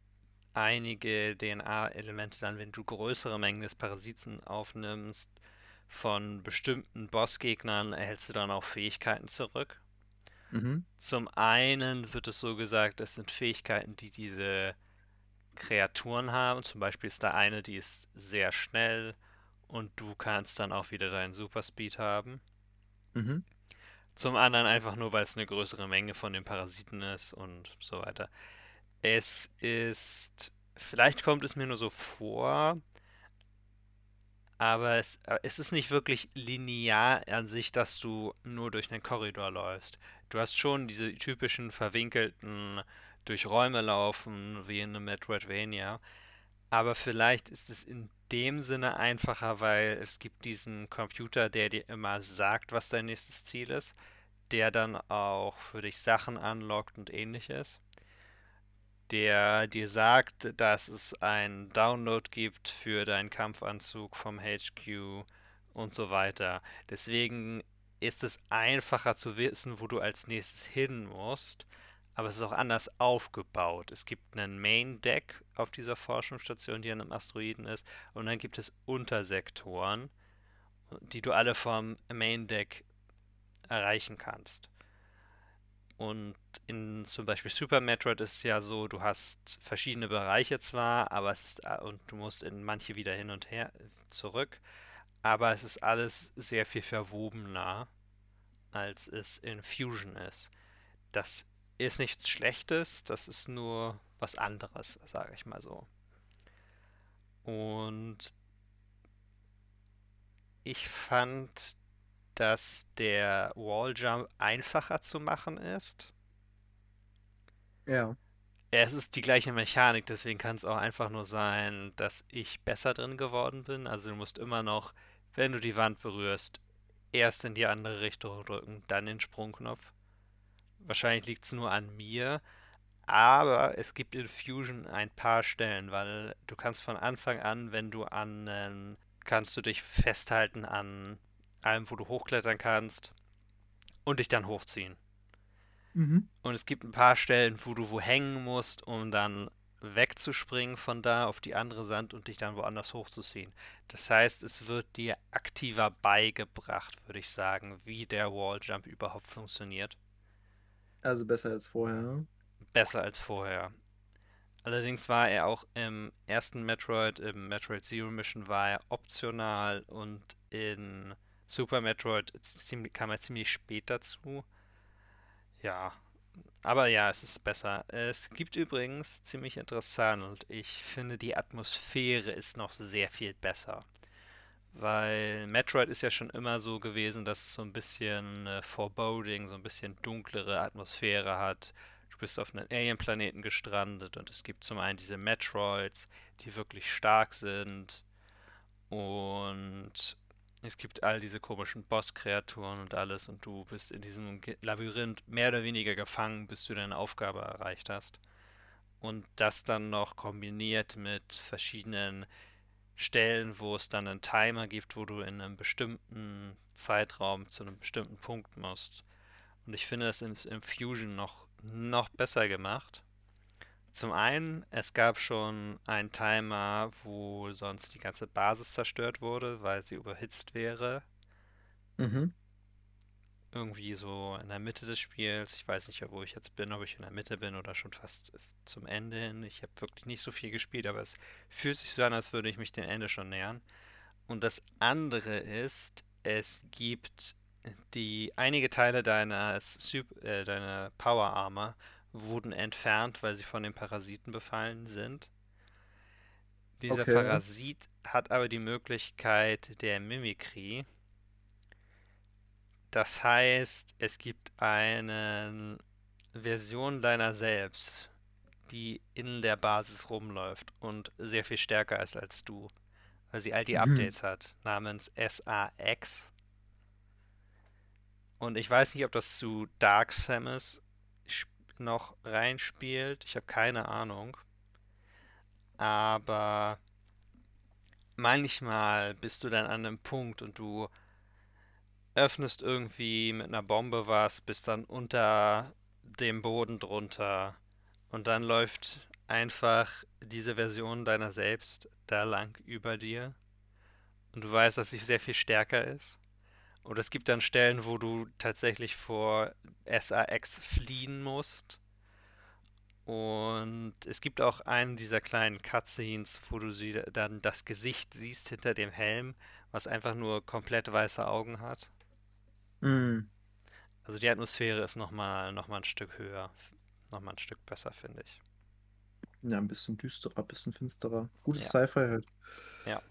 einige D N A-Elemente dann, wenn du größere Mengen des Parasiten aufnimmst, von bestimmten Bossgegnern erhältst du dann auch Fähigkeiten zurück. Mhm. Zum einen wird es so gesagt, es sind Fähigkeiten, die diese Kreaturen haben. Zum Beispiel ist da eine, die ist sehr schnell und du kannst dann auch wieder deinen Superspeed haben. Mhm. Zum anderen einfach nur, weil es eine größere Menge von den Parasiten ist und so weiter. Es ist, vielleicht kommt es mir nur so vor, aber es, äh, es ist nicht wirklich linear an sich, dass du nur durch einen Korridor läufst. Du hast schon diese typischen verwinkelten durch Räume laufen, wie in einem Metroidvania. Aber vielleicht ist es in dem Sinne einfacher, weil es gibt diesen Computer, der dir immer sagt, was dein nächstes Ziel ist, der dann auch für dich Sachen anlockt und ähnliches, der dir sagt, dass es einen Download gibt für deinen Kampfanzug vom H Q und so weiter. Deswegen ist es einfacher zu wissen, wo du als nächstes hin musst, aber es ist auch anders aufgebaut. Es gibt einen Main Deck auf dieser Forschungsstation, die an einem Asteroiden ist, und dann gibt es Untersektoren, die du alle vom Main Deck erreichen kannst. Und in zum Beispiel Super Metroid ist es ja so, du hast verschiedene Bereiche zwar, aber es ist, äh, und du musst in manche wieder hin und her äh, zurück, aber es ist alles sehr viel verwobener, als es in Fusion ist. Das ist nichts Schlechtes, das ist nur was anderes, sage ich mal so. Und ich fand, dass der Walljump einfacher zu machen ist. Ja. Es ist die gleiche Mechanik, deswegen kann es auch einfach nur sein, dass ich besser drin geworden bin. Also du musst immer noch, wenn du die Wand berührst, erst in die andere Richtung drücken, dann den Sprungknopf. Wahrscheinlich liegt es nur an mir, aber es gibt in Fusion ein paar Stellen, weil du kannst von Anfang an, wenn du an, äh, kannst du dich festhalten an allem, wo du hochklettern kannst und dich dann hochziehen. Mhm. Und es gibt ein paar Stellen, wo du wo hängen musst, um dann wegzuspringen von da auf die andere Sand und dich dann woanders hochzuziehen. Das heißt, es wird dir aktiver beigebracht, würde ich sagen, wie der Walljump überhaupt funktioniert. Also besser als vorher. Besser als vorher. Allerdings war er auch im ersten Metroid, im Metroid Zero Mission, war er optional und in Super Metroid kam er ziemlich spät dazu. Ja, aber ja, es ist besser. Es gibt übrigens ziemlich interessant und ich finde, die Atmosphäre ist noch sehr viel besser. Weil Metroid ist ja schon immer so gewesen, dass es so ein bisschen äh, Foreboding, so ein bisschen dunklere Atmosphäre hat. Du bist auf einem Alien-Planeten gestrandet und es gibt zum einen diese Metroids, die wirklich stark sind. Und es gibt all diese komischen Boss-Kreaturen und alles und du bist in diesem Labyrinth mehr oder weniger gefangen, bis du deine Aufgabe erreicht hast. Und das dann noch kombiniert mit verschiedenen Stellen, wo es dann einen Timer gibt, wo du in einem bestimmten Zeitraum zu einem bestimmten Punkt musst. Und ich finde das im, im Fusion noch, noch besser gemacht. Zum einen, es gab schon einen Timer, wo sonst die ganze Basis zerstört wurde, weil sie überhitzt wäre. Mhm. Irgendwie so in der Mitte des Spiels. Ich weiß nicht, wo ich jetzt bin, ob ich in der Mitte bin oder schon fast zum Ende hin. Ich habe wirklich nicht so viel gespielt, aber es fühlt sich so an, als würde ich mich dem Ende schon nähern. Und das andere ist, es gibt die einige Teile deiner, Sup- äh, deiner Power Armor wurden entfernt, weil sie von den Parasiten befallen sind. Dieser Okay. Parasit hat aber die Möglichkeit der Mimikry. Das heißt, es gibt eine Version deiner selbst, die in der Basis rumläuft und sehr viel stärker ist als du, weil sie all die Mhm. Updates hat, namens S A X. Und ich weiß nicht, ob das zu Dark Samus noch reinspielt. Ich habe keine Ahnung. Aber manchmal bist du dann an einem Punkt und du öffnest irgendwie mit einer Bombe was, bist dann unter dem Boden drunter und dann läuft einfach diese Version deiner selbst da lang über dir und du weißt, dass sie sehr viel stärker ist. Und es gibt dann Stellen, wo du tatsächlich vor S A X fliehen musst. Und es gibt auch einen dieser kleinen Cutscenes, wo du sie dann das Gesicht siehst hinter dem Helm, was einfach nur komplett weiße Augen hat. Mhm. Also die Atmosphäre ist nochmal noch mal ein Stück höher, nochmal ein Stück besser, finde ich. Ja, ein bisschen düsterer, ein bisschen finsterer. Gutes Ja, Sci-Fi halt. ja,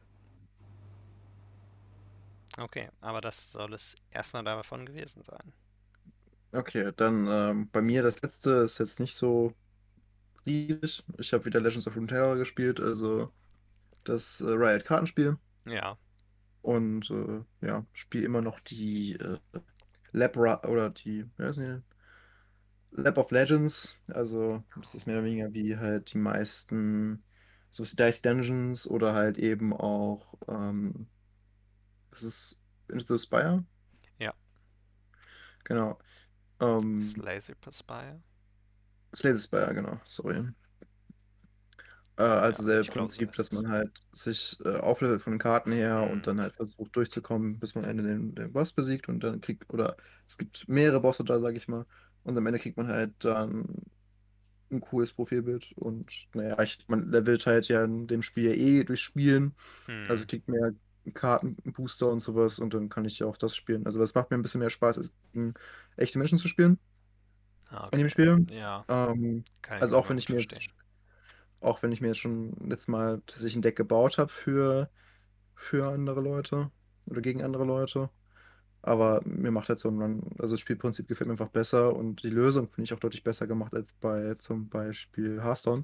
okay. Aber das soll es erstmal davon gewesen sein. Okay, dann ähm, bei mir das letzte ist jetzt nicht so riesig. Ich habe wieder Legends of Runeterra gespielt, also das äh, Riot-Kartenspiel. Ja, Und äh, ja, spiele immer noch die äh, Lab Ra oder die, wie heißen die denn? Lab of Legends. Also, das ist mehr oder weniger wie halt die meisten, so wie Dice Dungeons oder halt eben auch, ähm, das ist Into the Spire. ja. Genau. Ähm, Laser Perspire? Slay the Spire, genau, sorry. Äh, Ja, also selbe ich glaube, so Prinzip, ist dass es. man halt sich äh, auflevelt von den Karten her und Hm. dann halt versucht durchzukommen, bis man am Ende den, den Boss besiegt und dann kriegt, oder es gibt mehrere Bosse da, sag ich mal. Und am Ende kriegt man halt dann ein cooles Profilbild. Und naja, ich, man levelt halt ja in dem Spiel ja eh durch Spielen. Also Hm. kriegt mehr Karten, Booster und sowas und dann kann ich ja auch das spielen. Also das macht mir ein bisschen mehr Spaß, als gegen echte Menschen zu spielen Ah, in dem okay. Spiel. Ja, Ähm, kann ich also auch sogar wenn gut ich mir jetzt, verstehen. auch wenn ich mir jetzt schon letztes Mal tatsächlich ein Deck gebaut habe für, für andere Leute oder gegen andere Leute. Aber mir macht halt so ein Run, also das Spielprinzip gefällt mir einfach besser und die Lösung finde ich auch deutlich besser gemacht als bei zum Beispiel Hearthstone.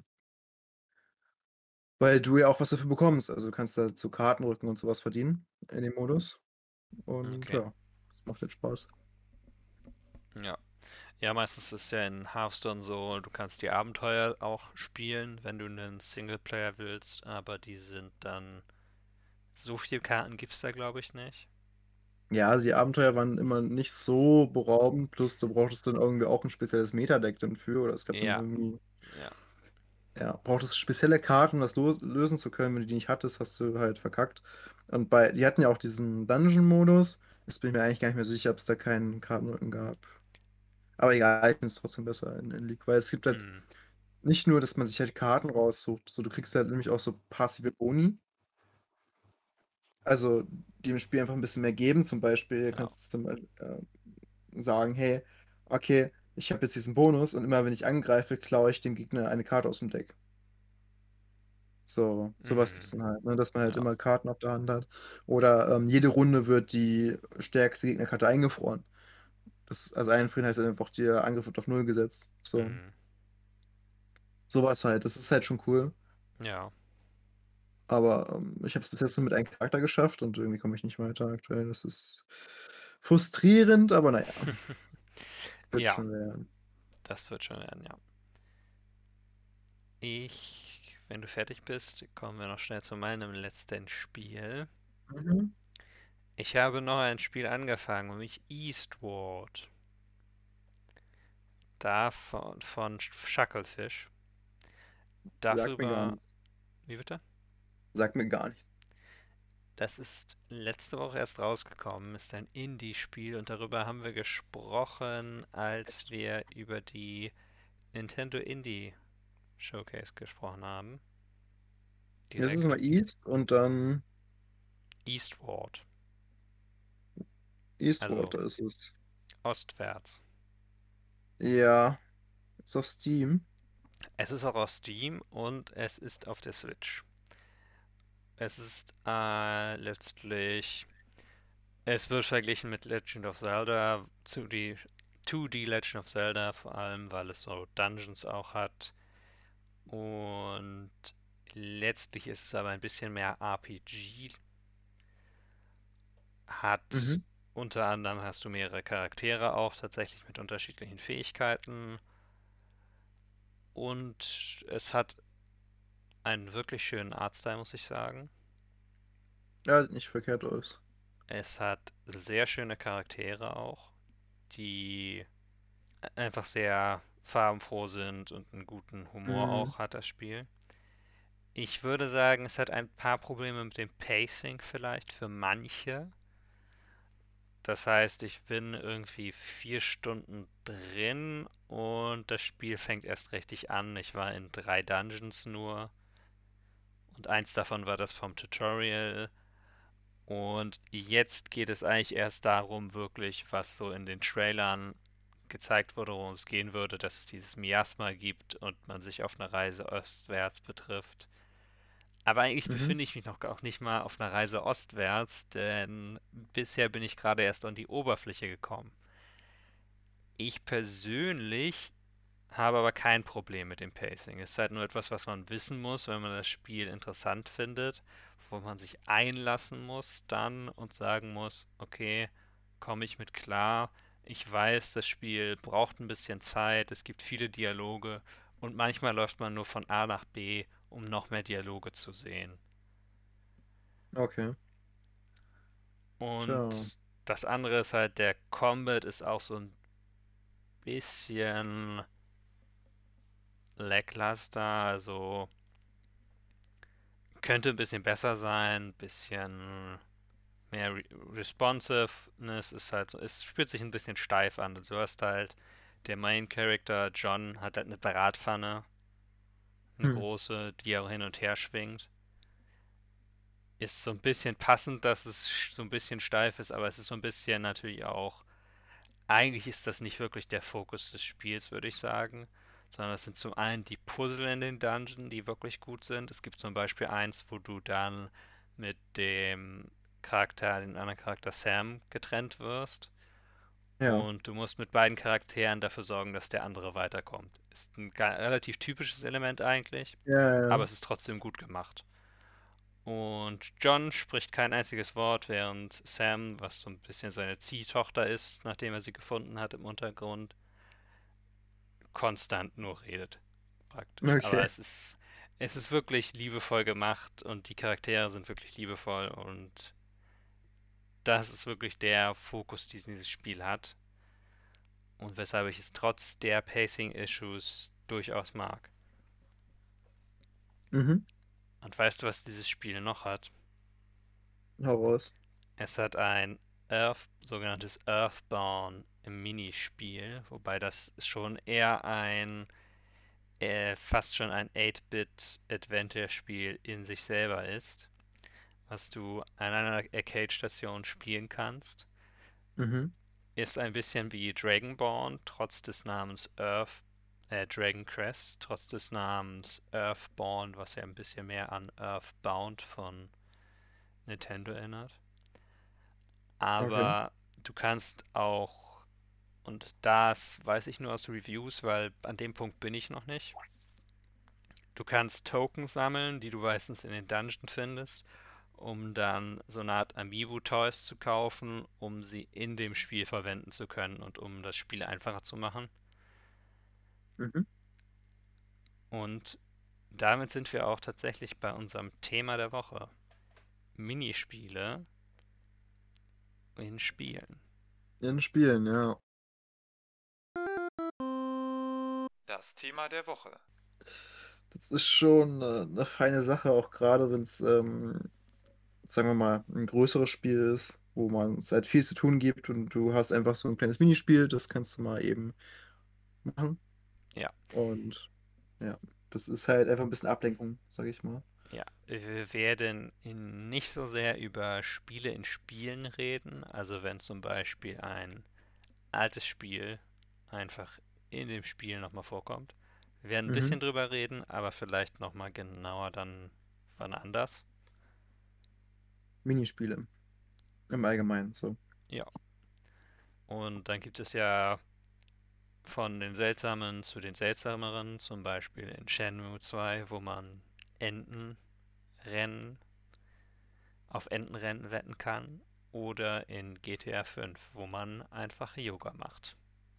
Weil du ja auch was dafür bekommst. Also du kannst da zu Kartenrücken und sowas verdienen in dem Modus. Und Okay. ja, das macht jetzt Spaß. Ja. Ja, meistens ist ja in Hearthstone so, du kannst die Abenteuer auch spielen, wenn du einen Singleplayer willst, aber die sind dann. So viele Karten gibt's da, glaube ich, nicht. Ja, also die Abenteuer waren immer nicht so beraubend, plus du brauchtest dann irgendwie auch ein spezielles Metadeck dann für, oder es gab dann Ja, irgendwie, ja. ja, brauchtest spezielle Karten, um das lo lösen zu können. Wenn du die nicht hattest, hast du halt verkackt. Und bei, die hatten ja auch diesen Dungeon-Modus. Jetzt bin ich mir eigentlich gar nicht mehr so sicher, ob es da keinen Kartenrücken gab. Aber egal, ich finde es trotzdem besser in, in League, weil es gibt halt Hm. nicht nur, dass man sich halt Karten raussucht, so du kriegst halt nämlich auch so passive Boni. Also, die dem Spiel einfach ein bisschen mehr geben. Zum Beispiel Ja. kannst du zum Beispiel äh, sagen, hey, okay, ich habe jetzt diesen Bonus und immer wenn ich angreife, klaue ich dem Gegner eine Karte aus dem Deck. So, sowas gibt es Hm. dann halt, ne? Dass man halt Ja. immer Karten auf der Hand hat. Oder ähm, jede Runde wird die stärkste Gegnerkarte eingefroren. Das, also einfrieren heißt halt einfach, der Angriff wird auf Null gesetzt. So, Hm. sowas halt. Das ist halt schon cool. Ja. Aber ähm, ich habe es bis jetzt nur mit einem Charakter geschafft und irgendwie komme ich nicht weiter aktuell. Das ist frustrierend, aber naja, wird Ja, schon werden. das wird schon werden, ja. Ich, wenn du fertig bist, kommen wir noch schnell zu meinem letzten Spiel. Mhm. Ich habe noch ein Spiel angefangen, nämlich Eastward. Davon von Shucklefish. Sagt mir gar Darüber. nichts. Wie bitte? Sagt mir gar nichts. Das ist letzte Woche erst rausgekommen, ist ein Indie-Spiel und darüber haben wir gesprochen, als wir über die Nintendo Indie Showcase gesprochen haben. Jetzt ist es Direkt. mal East und dann Eastward, Eastward, also da ist es. ostwärts. Ja, ist auf Steam. Es ist auch auf Steam und es ist auf der Switch. Es ist äh, letztlich, es wird verglichen mit Legend of Zelda, zu die zwei D Legend of Zelda, vor allem, weil es so Dungeons auch hat. Und letztlich ist es aber ein bisschen mehr R P G. Hat Mhm. unter anderem hast du mehrere Charaktere auch tatsächlich mit unterschiedlichen Fähigkeiten. Und es hat einen wirklich schönen Artstyle, muss ich sagen. Ja, sieht nicht verkehrt aus. Es hat sehr schöne Charaktere auch, die einfach sehr farbenfroh sind und einen guten Humor Mhm. auch hat das Spiel. Ich würde sagen, es hat ein paar Probleme mit dem Pacing vielleicht für manche. Das heißt, ich bin irgendwie vier Stunden drin und das Spiel fängt erst richtig an. Ich war in drei Dungeons nur und eins davon war das vom Tutorial. Und jetzt geht es eigentlich erst darum, wirklich, was so in den Trailern gezeigt wurde, worum es gehen würde, dass es dieses Miasma gibt und man sich auf einer Reise ostwärts betrifft. Aber eigentlich Mhm. befinde ich mich noch auch nicht mal auf einer Reise ostwärts, denn bisher bin ich gerade erst an die Oberfläche gekommen. Ich persönlich habe aber kein Problem mit dem Pacing. Es ist halt nur etwas, was man wissen muss, wenn man das Spiel interessant findet, wo man sich einlassen muss dann und sagen muss, okay, komme ich mit klar. Ich weiß, das Spiel braucht ein bisschen Zeit, es gibt viele Dialoge und manchmal läuft man nur von A nach B, um noch mehr Dialoge zu sehen. Okay. Und Tja. das, das andere ist halt, der Combat ist auch so ein bisschen lackluster, also könnte ein bisschen besser sein, ein bisschen mehr Re Responsiveness ist halt so, es spürt sich ein bisschen steif an. Du hast halt der Main Character John hat halt eine Bratpfanne, eine Hm. große, die er hin und her schwingt. Ist so ein bisschen passend, dass es so ein bisschen steif ist, aber es ist so ein bisschen natürlich auch. Eigentlich ist das nicht wirklich der Fokus des Spiels, würde ich sagen. Sondern es sind zum einen die Puzzle in den Dungeon, die wirklich gut sind. Es gibt zum Beispiel eins, wo du dann mit dem Charakter, den anderen Charakter Sam, getrennt wirst. Ja. Und du musst mit beiden Charakteren dafür sorgen, dass der andere weiterkommt. Ist ein ga- relativ typisches Element eigentlich, Ja, ja, aber ja. es ist trotzdem gut gemacht. Und John spricht kein einziges Wort, während Sam, was so ein bisschen seine Ziehtochter ist, nachdem er sie gefunden hat im Untergrund, konstant nur redet, praktisch. Aber Okay. es ist, es ist wirklich liebevoll gemacht und die Charaktere sind wirklich liebevoll und das ist wirklich der Fokus, den dieses Spiel hat und weshalb ich es trotz der Pacing-Issues durchaus mag. Mhm. Und weißt du, was dieses Spiel noch hat? Hau raus. Es hat ein Earth, sogenanntes Earthbound im Minispiel, wobei das schon eher ein, äh, fast schon ein acht-Bit-Adventure-Spiel in sich selber ist, was du an einer Arcade-Station spielen kannst. Mhm. Ist ein bisschen wie Dragonborn, trotz des Namens Earth, äh, Dragon Crest, trotz des Namens Earthborn, was ja ein bisschen mehr an Earthbound von Nintendo erinnert. Okay. Aber du kannst auch, und das weiß ich nur aus Reviews, weil an dem Punkt bin ich noch nicht. Du kannst Token sammeln, die du meistens in den Dungeon findest, um dann so eine Art Amiibo-Toys zu kaufen, um sie in dem Spiel verwenden zu können und um das Spiel einfacher zu machen. Mhm. Und damit sind wir auch tatsächlich bei unserem Thema der Woche. Minispiele in Spielen. In Spielen, ja. Das Thema der Woche. Das ist schon äh, eine feine Sache, auch gerade wenn es, ähm, sagen wir mal, ein größeres Spiel ist, wo man es halt viel zu tun gibt und du hast einfach so ein kleines Minispiel, das kannst du mal eben machen. Ja, Und ja, das ist halt einfach ein bisschen Ablenkung, sag ich mal. ja. Wir werden in nicht so sehr über Spiele in Spielen reden, also wenn zum Beispiel ein altes Spiel einfach in dem Spiel nochmal vorkommt. Wir werden ein Mhm. bisschen drüber reden, aber vielleicht nochmal genauer dann wann anders. Minispiele im Allgemeinen, so. Ja. Und dann gibt es ja von den seltsamen zu den seltsameren, zum Beispiel in Shenmue zwei, wo man Entenrennen auf Entenrennen wetten kann, oder in G T A fünf, wo man einfach Yoga macht.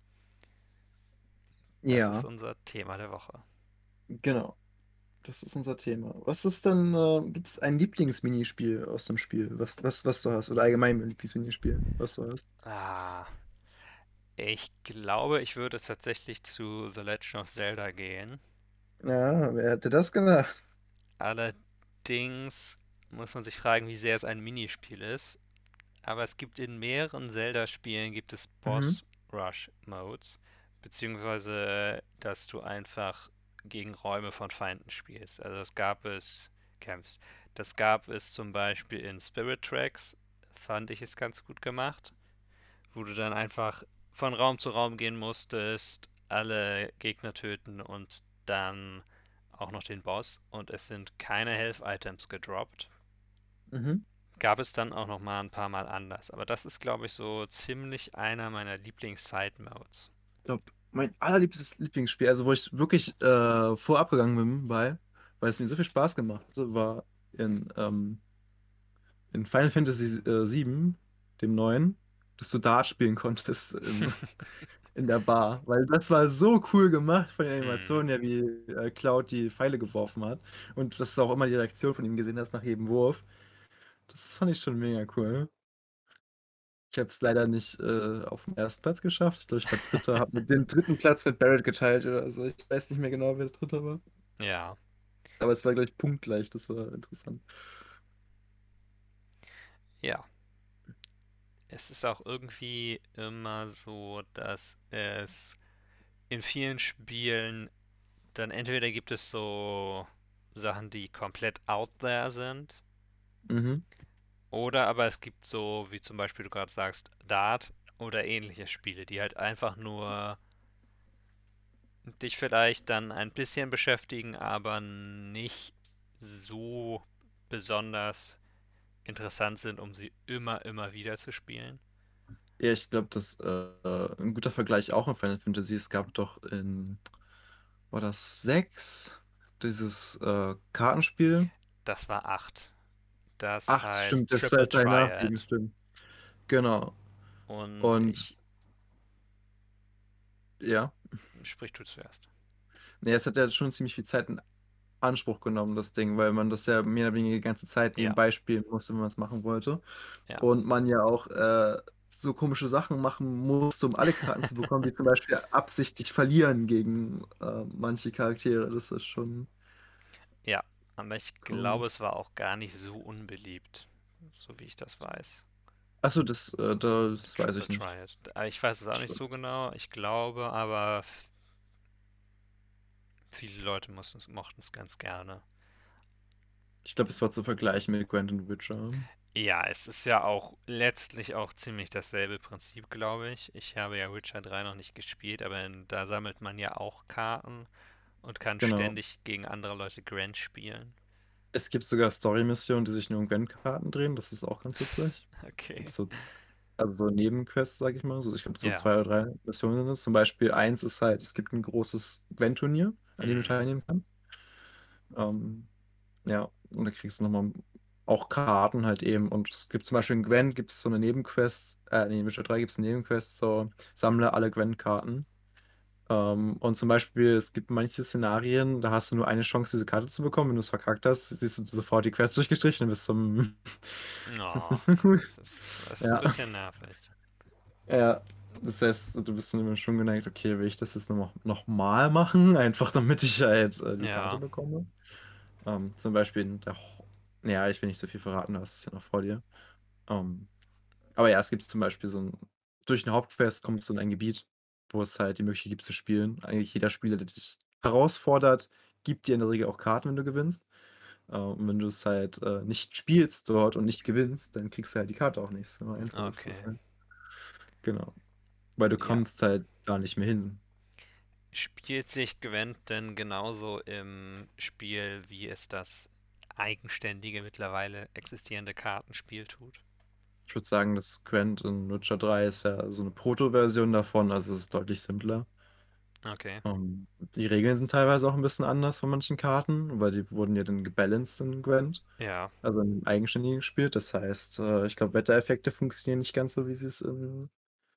Das ist Ja, unser Thema der Woche. genau. Das ist unser Thema. Was ist denn, äh, gibt es ein Lieblingsminispiel aus dem Spiel, was, was, was du hast? Oder allgemein ein Lieblingsminispiel, was du hast? Ah, ich glaube, ich würde tatsächlich zu The Legend of Zelda gehen. Ja, wer hätte das gedacht? Allerdings muss man sich fragen, wie sehr es ein Minispiel ist. Aber es gibt in mehreren Zelda-Spielen gibt es Mhm. Boss Rush Modes, beziehungsweise dass du einfach gegen Räume von Feinden spielst. Also das gab es, kämpfst. Das gab es zum Beispiel in Spirit Tracks, fand ich es ganz gut gemacht, wo du dann einfach von Raum zu Raum gehen musstest, alle Gegner töten und dann auch noch den Boss und es sind keine Health Items gedroppt. Mhm. Gab es dann auch noch mal ein paar Mal anders. Aber das ist, glaube ich, so ziemlich einer meiner Lieblings-Side-Modes. Ich glaube, mein allerliebstes Lieblingsspiel, also wo ich wirklich äh, vorab gegangen bin bei, weil es mir so viel Spaß gemacht hat, war in, ähm, in Final Fantasy äh, sieben, dem neuen, dass du Dart spielen konntest im, in der Bar. Weil das war so cool gemacht von den Hm, Animationen, ja, wie äh, Cloud die Pfeile geworfen hat. Und dass du auch immer die Reaktion von ihm gesehen hast nach jedem Wurf. Das fand ich schon mega cool. Ich habe es leider nicht äh, auf dem ersten Platz geschafft. Ich glaube, ich war Dritter, habe mit den dritten Platz mit Barrett geteilt oder so. Ich weiß nicht mehr genau, wer der Dritte war. ja, Aber es war, glaube ich, punktgleich. Das war interessant. ja. Es ist auch irgendwie immer so, dass es in vielen Spielen dann entweder gibt es so Sachen, die komplett out there sind, Mhm. oder aber es gibt so, wie zum Beispiel du gerade sagst, Dart oder ähnliche Spiele, die halt einfach nur dich vielleicht dann ein bisschen beschäftigen, aber nicht so besonders interessant sind, um sie immer, immer wieder zu spielen. Ja, ich glaube, das äh, ein guter Vergleich auch in Final Fantasy. Es gab doch in, war das sechs, dieses äh, Kartenspiel? Das war acht. Das Acht, heißt stimmt, das war Triple jetzt ein Nachliegen, Triad. stimmt. Genau. Und Und ich. ja, Sprich du zuerst. nee, es hat ja schon ziemlich viel Zeit in Anspruch genommen, das Ding, weil man das ja mehr oder weniger die ganze Zeit Ja, nebenbei spielen musste, wenn man es machen wollte. ja. Und man ja auch äh, so komische Sachen machen musste, um alle Karten zu bekommen, wie zum Beispiel absichtlich verlieren gegen äh, manche Charaktere. Das ist schon Ja, aber ich glaube, komisch. es war auch gar nicht so unbeliebt, so wie ich das weiß. Achso, das, äh, das weiß Triple ich nicht. Triad. Aber ich weiß es auch nicht so genau. Ich glaube, aber f- viele Leute mochten es ganz gerne. Ich glaube, es war zu vergleichen mit Gwent und Witcher. Ja, es ist ja auch letztlich auch ziemlich dasselbe Prinzip, glaube ich. Ich habe ja Witcher drei noch nicht gespielt, aber in, da sammelt man ja auch Karten und kann Genau. ständig gegen andere Leute Gwent spielen. Es gibt sogar Story-Missionen, die sich nur um Gwent-Karten drehen. Das ist auch ganz witzig. Okay. Gibt's so, also so Nebenquests, sag ich mal. So, ich glaube, so Ja. zwei oder drei Missionen sind es. Zum Beispiel eins ist halt, es gibt ein großes Gwent-Turnier, an dem du Mhm. teilnehmen kannst. Ähm, ja, und da kriegst du nochmal auch Karten halt eben. Und es gibt zum Beispiel in Gwent gibt es so eine Nebenquest, äh, nee, in Witcher drei gibt es eine Nebenquest, so sammle alle Gwent-Karten. Ähm, und zum Beispiel, es gibt manche Szenarien, da hast du nur eine Chance, diese Karte zu bekommen. Wenn du es verkackt hast, siehst du sofort die Quest durchgestrichen und bist zum. Das ist Oh, nicht so cool. das ist, das ist ein Ja. bisschen nervig. Ja. Das heißt, du bist dann immer schon geneigt, okay, will ich das jetzt noch, noch mal machen, einfach damit ich halt äh, die Karte Ja, bekomme. Ähm, zum Beispiel in der. Ho Ja, ich will nicht so viel verraten, du hast es ja noch vor dir. Ähm, aber ja, es gibt zum Beispiel so ein. Durch eine Hauptquest kommst du in ein Gebiet, wo es halt die Möglichkeit gibt zu spielen. Eigentlich jeder Spieler, der dich herausfordert, gibt dir in der Regel auch Karten, wenn du gewinnst. Äh, und wenn du es halt äh, nicht spielst dort und nicht gewinnst, dann kriegst du halt die Karte auch nicht. So einfach ist das okay. halt. Genau. Weil du Ja. kommst halt da nicht mehr hin. Spielt sich Gwent denn genauso im Spiel, wie es das eigenständige, mittlerweile existierende Kartenspiel tut? Ich würde sagen, das Gwent in Witcher drei ist ja so eine Proto-Version davon, also es ist deutlich simpler. Okay. Ähm, die Regeln sind teilweise auch ein bisschen anders von manchen Karten, weil die wurden ja dann gebalanced in Gwent, Ja, also im eigenständigen gespielt. Das heißt, äh, ich glaube, Wettereffekte funktionieren nicht ganz so, wie sie es in,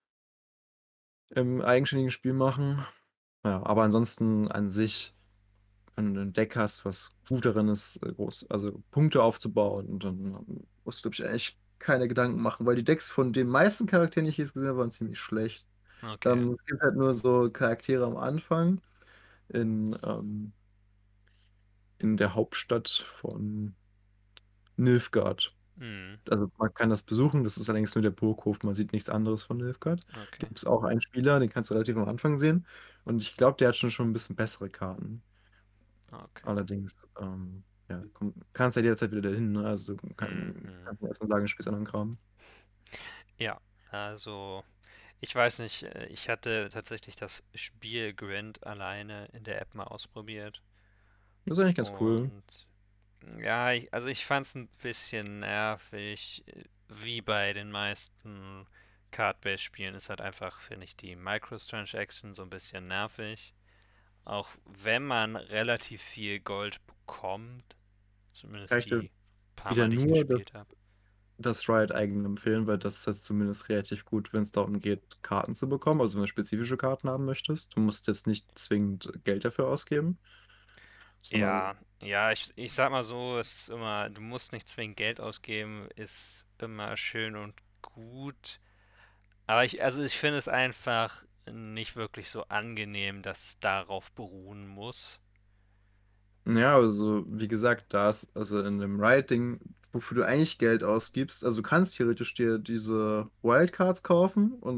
im eigenständigen Spiel machen. Ja, aber ansonsten an sich, wenn du ein Deck hast, was gut darin ist, äh, groß, also Punkte aufzubauen, und dann ähm, musst du, glaube ich, eigentlich keine Gedanken machen, weil die Decks von den meisten Charakteren, die ich jetzt gesehen habe, waren ziemlich schlecht. okay. Ähm, es gibt halt nur so Charaktere am Anfang in, ähm, in der Hauptstadt von Nilfgaard. Hm, Also man kann das besuchen, das ist allerdings nur der Burghof, man sieht nichts anderes von Nilfgaard. okay. Gibt es auch einen Spieler, den kannst du relativ am Anfang sehen. Und ich glaube, der hat schon, schon ein bisschen bessere Karten. Okay. Allerdings, ähm, ja, komm, kannst ja jederzeit wieder dahin, ne? Also du Hm, kann, hm. kannst mir erstmal sagen, du spielst anderen Kram. Ja, also ich weiß nicht, äh, ich hatte tatsächlich das Spiel Gwent alleine in der App mal ausprobiert Das ist eigentlich ganz cool. und ja, ich, also ich fand es ein bisschen nervig, äh, wie bei den meisten Card-Based-Spielen ist halt einfach, finde ich, die Microtransaction so ein bisschen nervig. Auch wenn man relativ viel Gold bekommt, Kann zumindest ich dir die paar wieder Mal, die ich nur das, gespielt habe. das Riot eigen empfehlen, weil das ist zumindest relativ gut, wenn es darum geht, Karten zu bekommen, also wenn du spezifische Karten haben möchtest. Du musst jetzt nicht zwingend Geld dafür ausgeben, sondern Ja, ja, ich, ich sag mal so, es ist immer, du musst nicht zwingend Geld ausgeben, ist immer schön und gut. Aber ich, also ich finde es einfach nicht wirklich so angenehm, dass es darauf beruhen muss. ja, also wie gesagt, da ist also in dem Riot-Ding, wofür du eigentlich Geld ausgibst, also du kannst theoretisch dir diese Wildcards kaufen und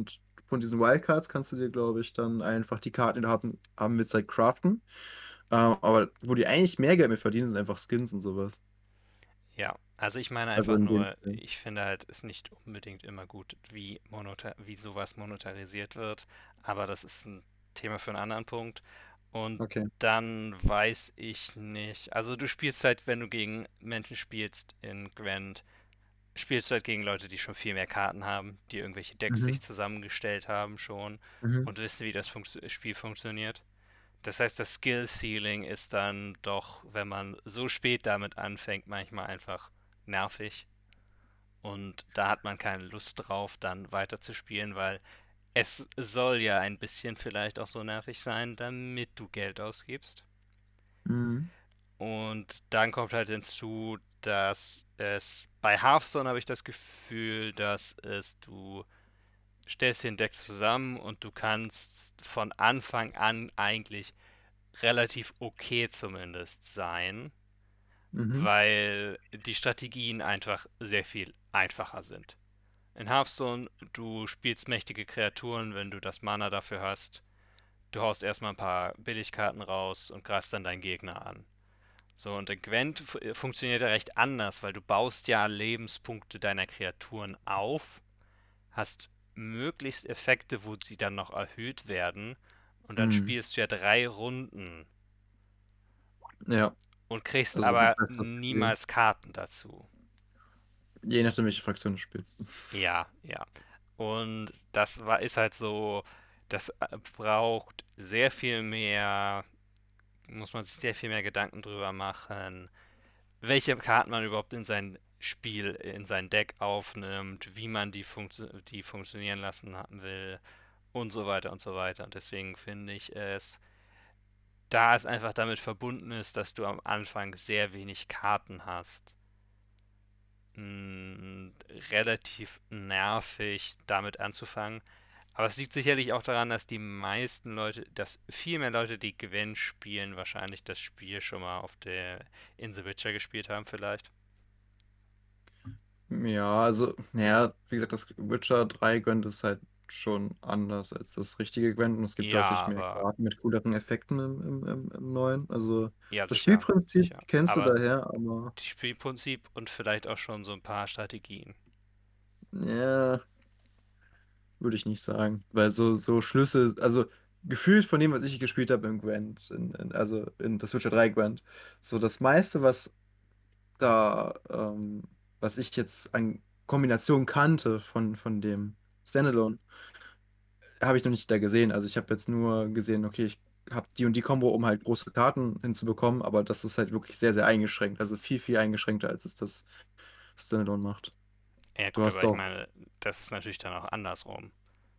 von diesen Wildcards kannst du dir, glaube ich, dann einfach die Karten, die du haben, haben willst, halt craften. Ähm, aber wo die eigentlich mehr Geld mit verdienen, sind einfach Skins und sowas. Ja, also ich meine Also einfach in dem nur, Stil. ich finde halt, ist nicht unbedingt immer gut, wie, moneta wie sowas monetarisiert wird, aber das ist ein Thema für einen anderen Punkt. Und Okay. dann weiß ich nicht, also du spielst halt, wenn du gegen Menschen spielst in Gwent, spielst du halt gegen Leute, die schon viel mehr Karten haben, die irgendwelche Decks Mhm. sich zusammengestellt haben schon Mhm. und wissen, wie das funkt Spiel funktioniert. Das heißt, das Skill Ceiling ist dann doch, wenn man so spät damit anfängt, manchmal einfach nervig. Und da hat man keine Lust drauf, dann weiterzuspielen, weil es soll ja ein bisschen vielleicht auch so nervig sein, damit du Geld ausgibst. Mhm. Und dann kommt halt hinzu, dass es bei Hearthstone habe ich das Gefühl, dass es du stellst den Deck zusammen und du kannst von Anfang an eigentlich relativ okay zumindest sein, Mhm. weil die Strategien einfach sehr viel einfacher sind. In Hearthstone, du spielst mächtige Kreaturen, wenn du das Mana dafür hast. Du haust erstmal ein paar Billigkarten raus und greifst dann deinen Gegner an. So, und in Gwent fu- funktioniert er recht anders, weil du baust ja Lebenspunkte deiner Kreaturen auf, hast möglichst Effekte, wo sie dann noch erhöht werden, und dann Mhm. spielst du ja drei Runden Ja, und kriegst also das aber beste Spiel. niemals Karten dazu. Je nachdem, welche Fraktion du spielst. Ja, ja. Und das war, ist halt so, das äh, braucht sehr viel mehr, muss man sich sehr viel mehr Gedanken drüber machen, welche Karten man überhaupt in sein Spiel, in sein Deck aufnimmt, wie man die, funktio die funktionieren lassen haben will und so weiter und so weiter. Und deswegen finde ich es, da es einfach damit verbunden ist, dass du am Anfang sehr wenig Karten hast, mh, relativ nervig damit anzufangen. Aber es liegt sicherlich auch daran, dass die meisten Leute, dass viel mehr Leute, die Gwent spielen, wahrscheinlich das Spiel schon mal auf der in The Witcher gespielt haben, vielleicht. Ja, also, naja, wie gesagt, das Witcher drei Gwent ist halt schon anders als das richtige Gwent und es gibt Ja, deutlich mehr aber Karten mit cooleren Effekten im, im, im, im neuen. Also, ja, das sicher, Spielprinzip sicher. kennst du Aber daher, aber das Spielprinzip und vielleicht auch schon so ein paar Strategien. ja, würde ich nicht sagen. Weil so, so Schlüsse, also gefühlt von dem, was ich gespielt habe im Gwent, in, in, also in das Witcher drei Gwent, so das meiste, was da, ähm, was ich jetzt an Kombinationen kannte von, von dem Standalone, habe ich noch nicht da gesehen. Also ich habe jetzt nur gesehen, okay, ich habe die und die Combo, um halt große Karten hinzubekommen, aber das ist halt wirklich sehr, sehr eingeschränkt. Also viel, viel eingeschränkter, als es das Standalone macht. Ja Du gut, hast aber ich auch, meine, das ist natürlich dann auch andersrum.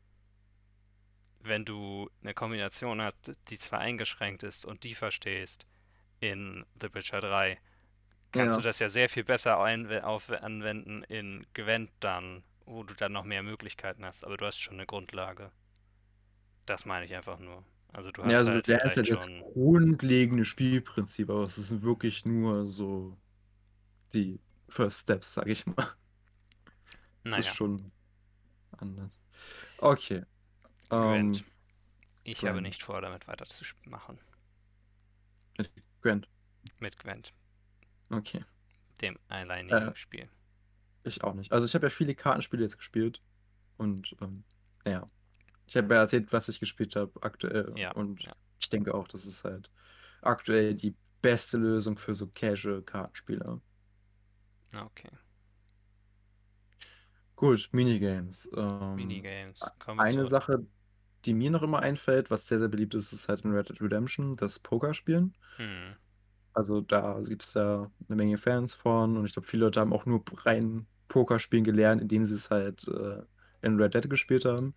Wenn du eine Kombination hast, die zwar eingeschränkt ist und die verstehst in The Witcher drei, kannst du ja, das ja sehr viel besser einwe- auf anwenden in Gwent dann, wo du dann noch mehr Möglichkeiten hast. Aber du hast schon eine Grundlage. Das meine ich einfach nur. Also du ja, hast also du halt lernst ja vielleicht das schon, grundlegende Spielprinzip, aber es sind wirklich nur so die First Steps, sag ich mal. Es ist naja, schon anders. Okay, Gwent. ähm, Ich habe Gwent. nicht vor, damit weiterzumachen. Mit Gwent. Mit Gwent, Okay. dem Äh, alleinigen Spiel. ich auch nicht. Also ich habe ja viele Kartenspiele jetzt gespielt und ähm, ja. Ich habe ja erzählt, was ich gespielt habe aktuell Ja, und ja, ich denke auch, das ist halt aktuell die beste Lösung für so Casual-Kartenspieler. okay. Gut, Minigames. Ähm, Minigames. Kommen wir eine zurück. Sache, die mir noch immer einfällt, was sehr, sehr beliebt ist, ist halt in Red Dead Redemption, das Pokerspielen. Hm. Also da gibt es ja eine Menge Fans von und ich glaube, viele Leute haben auch nur rein Pokerspielen gelernt, indem sie es halt äh, in Red Dead gespielt haben.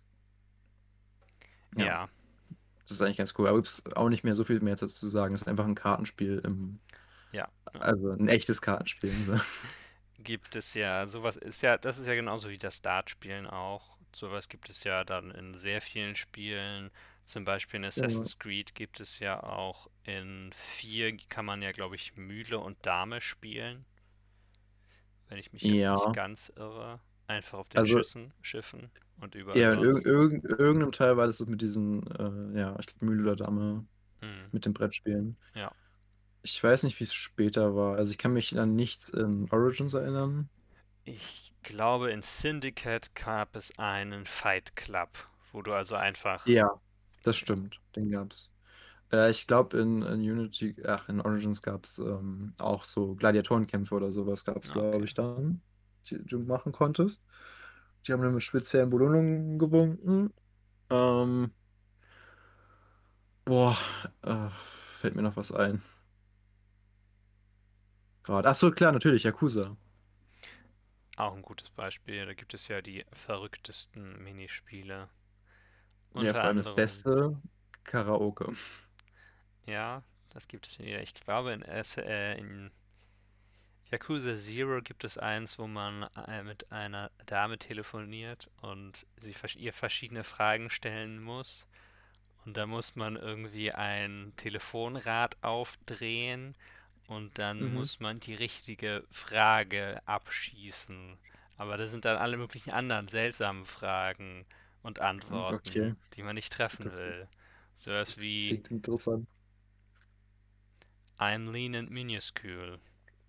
Ja, Ja, das ist eigentlich ganz cool. Aber gibt es auch nicht mehr so viel mehr dazu zu sagen. Es ist einfach ein Kartenspiel im, ja, ja. also ein echtes Kartenspiel. So. Gibt es ja, sowas ist ja, das ist ja genauso wie das Dartspielen auch. Sowas gibt es ja dann in sehr vielen Spielen. Zum Beispiel in Ja. Assassin's Creed gibt es ja auch in vier kann man ja, glaube ich, Mühle und Dame spielen, wenn ich mich jetzt nicht Ja, ganz irre. Einfach auf den Also Schüssen, Schiffen und überall ja, in irg sonst. irg irgendeinem Teil war das mit diesen, äh, ja, ich glaube Mühle oder Dame Hm. mit den Brettspielen. Ja. Ich weiß nicht, wie es später war. Also ich kann mich an nichts in Origins erinnern. Ich glaube, in Syndicate gab es einen Fight Club, wo du also einfach. Ja, das Okay. stimmt. Den gab's. Äh, ich glaube, in, in Unity, ach, in Origins gab es ähm, auch so Gladiatorenkämpfe oder sowas gab es, glaube Okay. ich, dann, die du machen konntest. Die haben dann mit speziellen Belohnungen gewunken. Ähm, boah, äh, fällt mir noch was ein. Gerade. Ach so, klar, natürlich, Yakuza. Auch ein gutes Beispiel. Da gibt es ja die verrücktesten Minispiele. Ja, Unter vor allem das anderem, Beste, Karaoke. ja, das gibt es in jeder. Ich glaube, in, S- äh, in Yakuza Zero gibt es eins, wo man äh, mit einer Dame telefoniert und sie vers- ihr verschiedene Fragen stellen muss. Und da muss man irgendwie ein Telefonrad aufdrehen und dann Mhm. muss man die richtige Frage abschießen. Aber da sind dann alle möglichen anderen seltsamen Fragen und Okay, Antworten, die man nicht treffen das, will. Sowas das wie klingt interessant. I'm lean and minuscule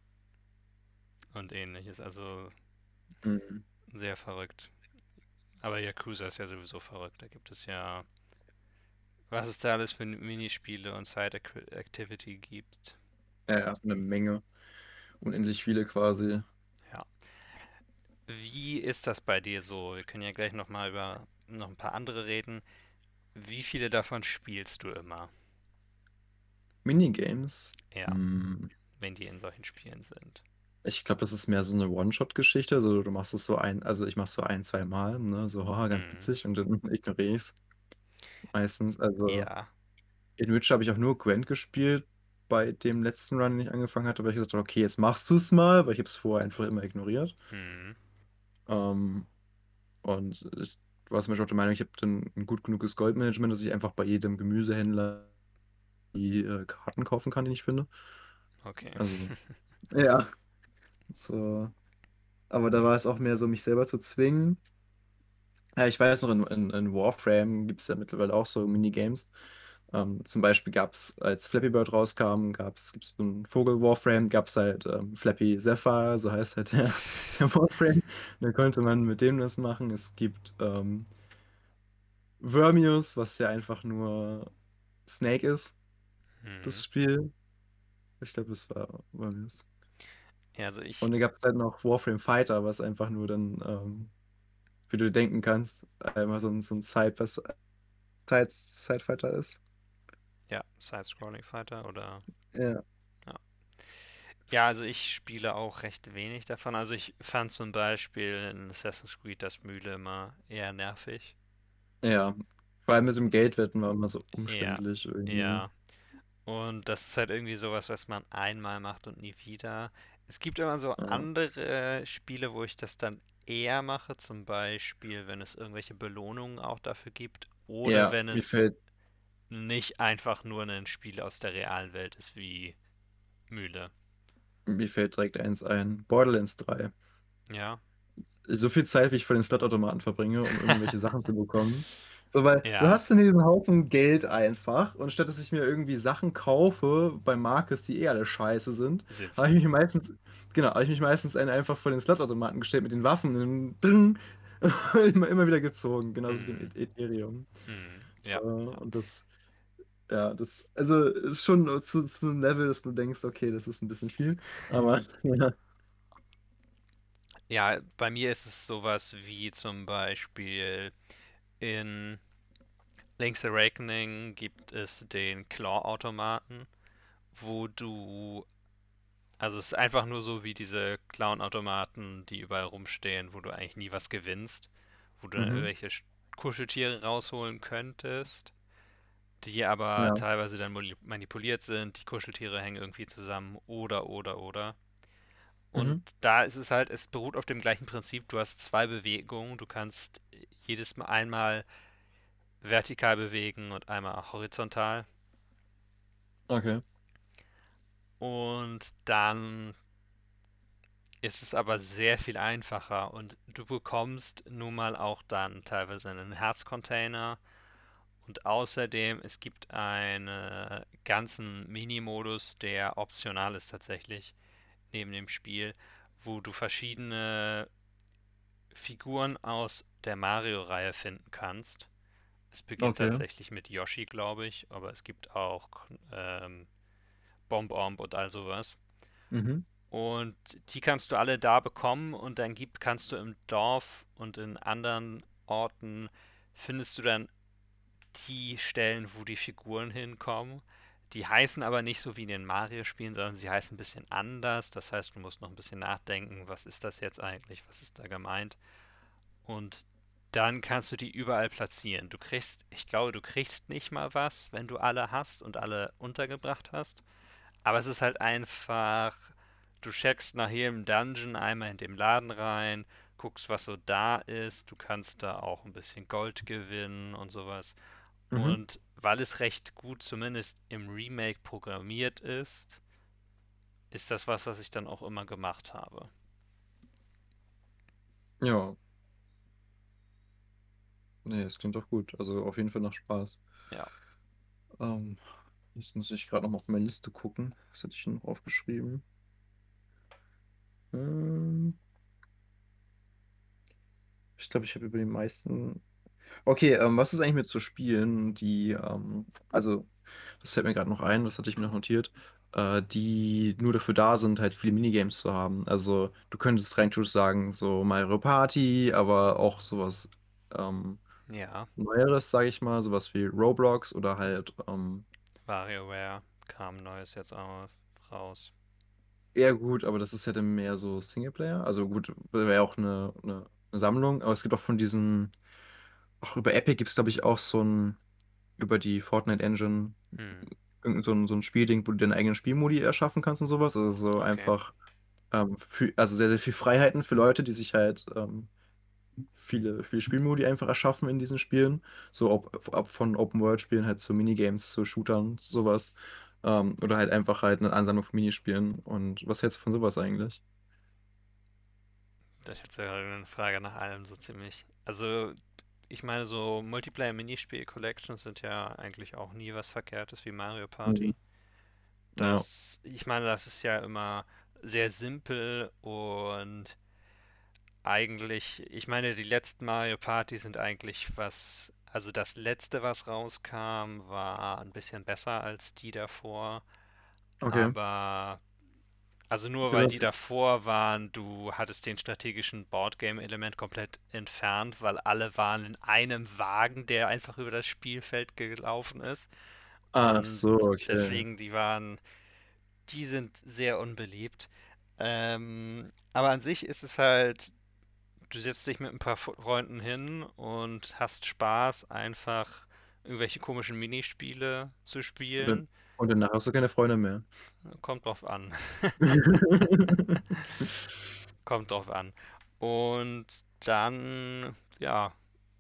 und ähnliches. Also Mhm. sehr verrückt. Aber Yakuza ist ja sowieso verrückt. Da gibt es ja, was es da alles für Minispiele und Side-Activity gibt. Ja, ja, eine Menge. Unendlich viele quasi. Ja. Wie ist das bei dir so? Wir können ja gleich nochmal über noch ein paar andere reden. Wie viele davon spielst du immer? Minigames. Ja, Hm. wenn die in solchen Spielen sind. Ich glaube, das ist mehr so eine One-Shot-Geschichte. Also du machst es so ein, also ich mach's so ein, zwei Mal, ne? So, haha, ganz Hm. witzig und dann ignoriere ich es meistens. Also Ja. in Witcher habe ich auch nur Gwent gespielt bei dem letzten Run, den ich angefangen hatte, weil ich gesagt habe, okay, jetzt machst du es mal, weil ich habe es vorher einfach immer ignoriert. Hm. Ähm, und ich war zum Beispiel auch der Meinung, ich habe dann ein gut genuges Goldmanagement, dass ich einfach bei jedem Gemüsehändler die äh, Karten kaufen kann, die ich finde. Okay. Also, ja, so. Aber da war es auch mehr so, mich selber zu zwingen. Ja, ich weiß noch, in, in, in Warframe gibt es ja mittlerweile auch so Minigames. Ähm, zum Beispiel gab es, als Flappy Bird rauskam, gab es gibt's so einen Vogel Warframe, gab es halt ähm, Flappy Sapphire, so heißt halt der, der Warframe. Da konnte man mit dem das machen. Es gibt ähm, Vermius, was ja einfach nur Snake ist, das Hm. Spiel. Ich glaube, das war Vermius. Ja, also ich. Und dann gab es halt noch Warframe Fighter, was einfach nur dann, ähm, wie du denken kannst, einmal so ein, so ein Side, was Side, Sidefighter ist. Ja, Side-Scrolling Fighter oder. Ja. Ja. Ja, also ich spiele auch recht wenig davon. Also ich fand zum Beispiel in Assassin's Creed das Mühle immer eher nervig. Ja. Vor allem mit dem Geldwetten war immer so Ja, umständlich irgendwie. ja. Und das ist halt irgendwie sowas, was man einmal macht und nie wieder. Es gibt immer so Ja. andere Spiele, wo ich das dann eher mache, zum Beispiel, wenn es irgendwelche Belohnungen auch dafür gibt oder Ja, wenn mir es fällt, nicht einfach nur ein Spiel aus der realen Welt ist wie Mühle. mir fällt direkt eins ein. Borderlands drei. Ja. So viel Zeit, wie ich vor den Slotautomaten verbringe, um irgendwelche Sachen zu bekommen. So, weil du Ja, hast dann diesen Haufen Geld einfach und statt dass ich mir irgendwie Sachen kaufe bei Markes, die eh alle scheiße sind, sind habe sie. ich mich meistens, genau, habe ich mich meistens einen einfach vor den Slotautomaten gestellt mit den Waffen und dann immer, immer wieder gezogen, genauso wie dem Hm, E- Ethereum. hm, So, ja, ja. und das, ja, das, also ist schon zu, zu einem Level, dass du denkst, okay, das ist ein bisschen viel, aber ja, Ja, bei mir ist es sowas wie zum Beispiel in Link's Awakening gibt es den Claw-Automaten, wo du, also es ist einfach nur so wie diese Clown-Automaten, die überall rumstehen, wo du eigentlich nie was gewinnst, wo du dann mhm, irgendwelche Sch- Kuscheltiere rausholen könntest, die aber ja, teilweise dann moli- manipuliert sind, die Kuscheltiere hängen irgendwie zusammen oder oder oder. Und mhm, da ist es halt, es beruht auf dem gleichen Prinzip, du hast zwei Bewegungen, du kannst jedes Mal einmal vertikal bewegen und einmal horizontal. okay, Und dann ist es aber sehr viel einfacher und du bekommst nun mal auch dann teilweise einen Herzcontainer und außerdem es gibt einen ganzen Minimodus, der optional ist tatsächlich neben dem Spiel, wo du verschiedene Figuren aus der Mario-Reihe finden kannst. Es beginnt Okay. tatsächlich mit Yoshi, glaube ich, aber es gibt auch ähm, Bomb-Omb und all sowas. Mhm. Und die kannst du alle da bekommen und dann gibt, kannst du im Dorf und in anderen Orten findest du dann die Stellen, wo die Figuren hinkommen. Die heißen aber nicht so wie in den Mario-Spielen, sondern sie heißen ein bisschen anders. Das heißt, du musst noch ein bisschen nachdenken, was ist das jetzt eigentlich, was ist da gemeint. Und dann kannst du die überall platzieren. Du kriegst, ich glaube, du kriegst nicht mal was, wenn du alle hast und alle untergebracht hast. Aber es ist halt einfach, du checkst nach jedem Dungeon einmal in dem Laden rein, guckst, was so da ist. Du kannst da auch ein bisschen Gold gewinnen und sowas. Mhm. Und weil es recht gut zumindest im Remake programmiert ist, ist das was, was ich dann auch immer gemacht habe. Ja, nee, es klingt doch gut. Also auf jeden Fall nach Spaß. Ja. Ähm, Jetzt muss ich gerade noch mal auf meine Liste gucken. Was hatte ich denn noch aufgeschrieben? Ähm, Ich glaube, ich habe über die meisten. Okay, ähm, was ist eigentlich mit so Spielen, die, ähm, also, das fällt mir gerade noch ein, das hatte ich mir noch notiert, äh, die nur dafür da sind, halt viele Minigames zu haben. Also, du könntest rein theoretisch sagen, so Mario Party, aber auch sowas ähm, Ja. Neueres, sage ich mal, sowas wie Roblox oder halt ähm, WarioWare kam Neues jetzt auch raus. eher gut, aber das ist halt dann mehr so Singleplayer. Also gut, wäre auch eine, eine, eine Sammlung, aber es gibt auch von diesen, auch über Epic gibt es, glaube ich, auch so ein, über die Fortnite Engine, Hm. irgend so ein, so ein Spielding, wo du deine eigenen Spielmodi erschaffen kannst und sowas. Also so Okay. einfach, ähm, für, also sehr, sehr viel Freiheiten für Leute, die sich halt ähm, viele, viele Spielmodi einfach erschaffen in diesen Spielen. So ob, ob von Open-World-Spielen halt zu Minigames, zu Shootern, sowas. Ähm, oder halt einfach halt eine Ansammlung von Minispielen. Und was hältst du von sowas eigentlich? Das ist jetzt ja eine Frage nach allem so ziemlich. Also, ich meine, so Multiplayer-Minispiel-Collections sind ja eigentlich auch nie was Verkehrtes wie Mario Mhm. Party. Ja, Das, ich meine, das ist ja immer sehr simpel und eigentlich, ich meine, die letzten Mario Party sind eigentlich was, also das letzte, was rauskam, war ein bisschen besser als die davor, okay. aber also nur Okay, weil was, die davor waren, du hattest den strategischen Boardgame-Element komplett entfernt, weil alle waren in einem Wagen, der einfach über das Spielfeld gelaufen ist. ach Und so, okay. deswegen, die waren, die sind sehr unbeliebt. Ähm, aber an sich ist es halt, du setzt dich mit ein paar Freunden hin und hast Spaß, einfach irgendwelche komischen Minispiele zu Und, dann, spielen. und danach hast du keine Freunde mehr. Kommt drauf an. Kommt drauf an. Und dann, ja,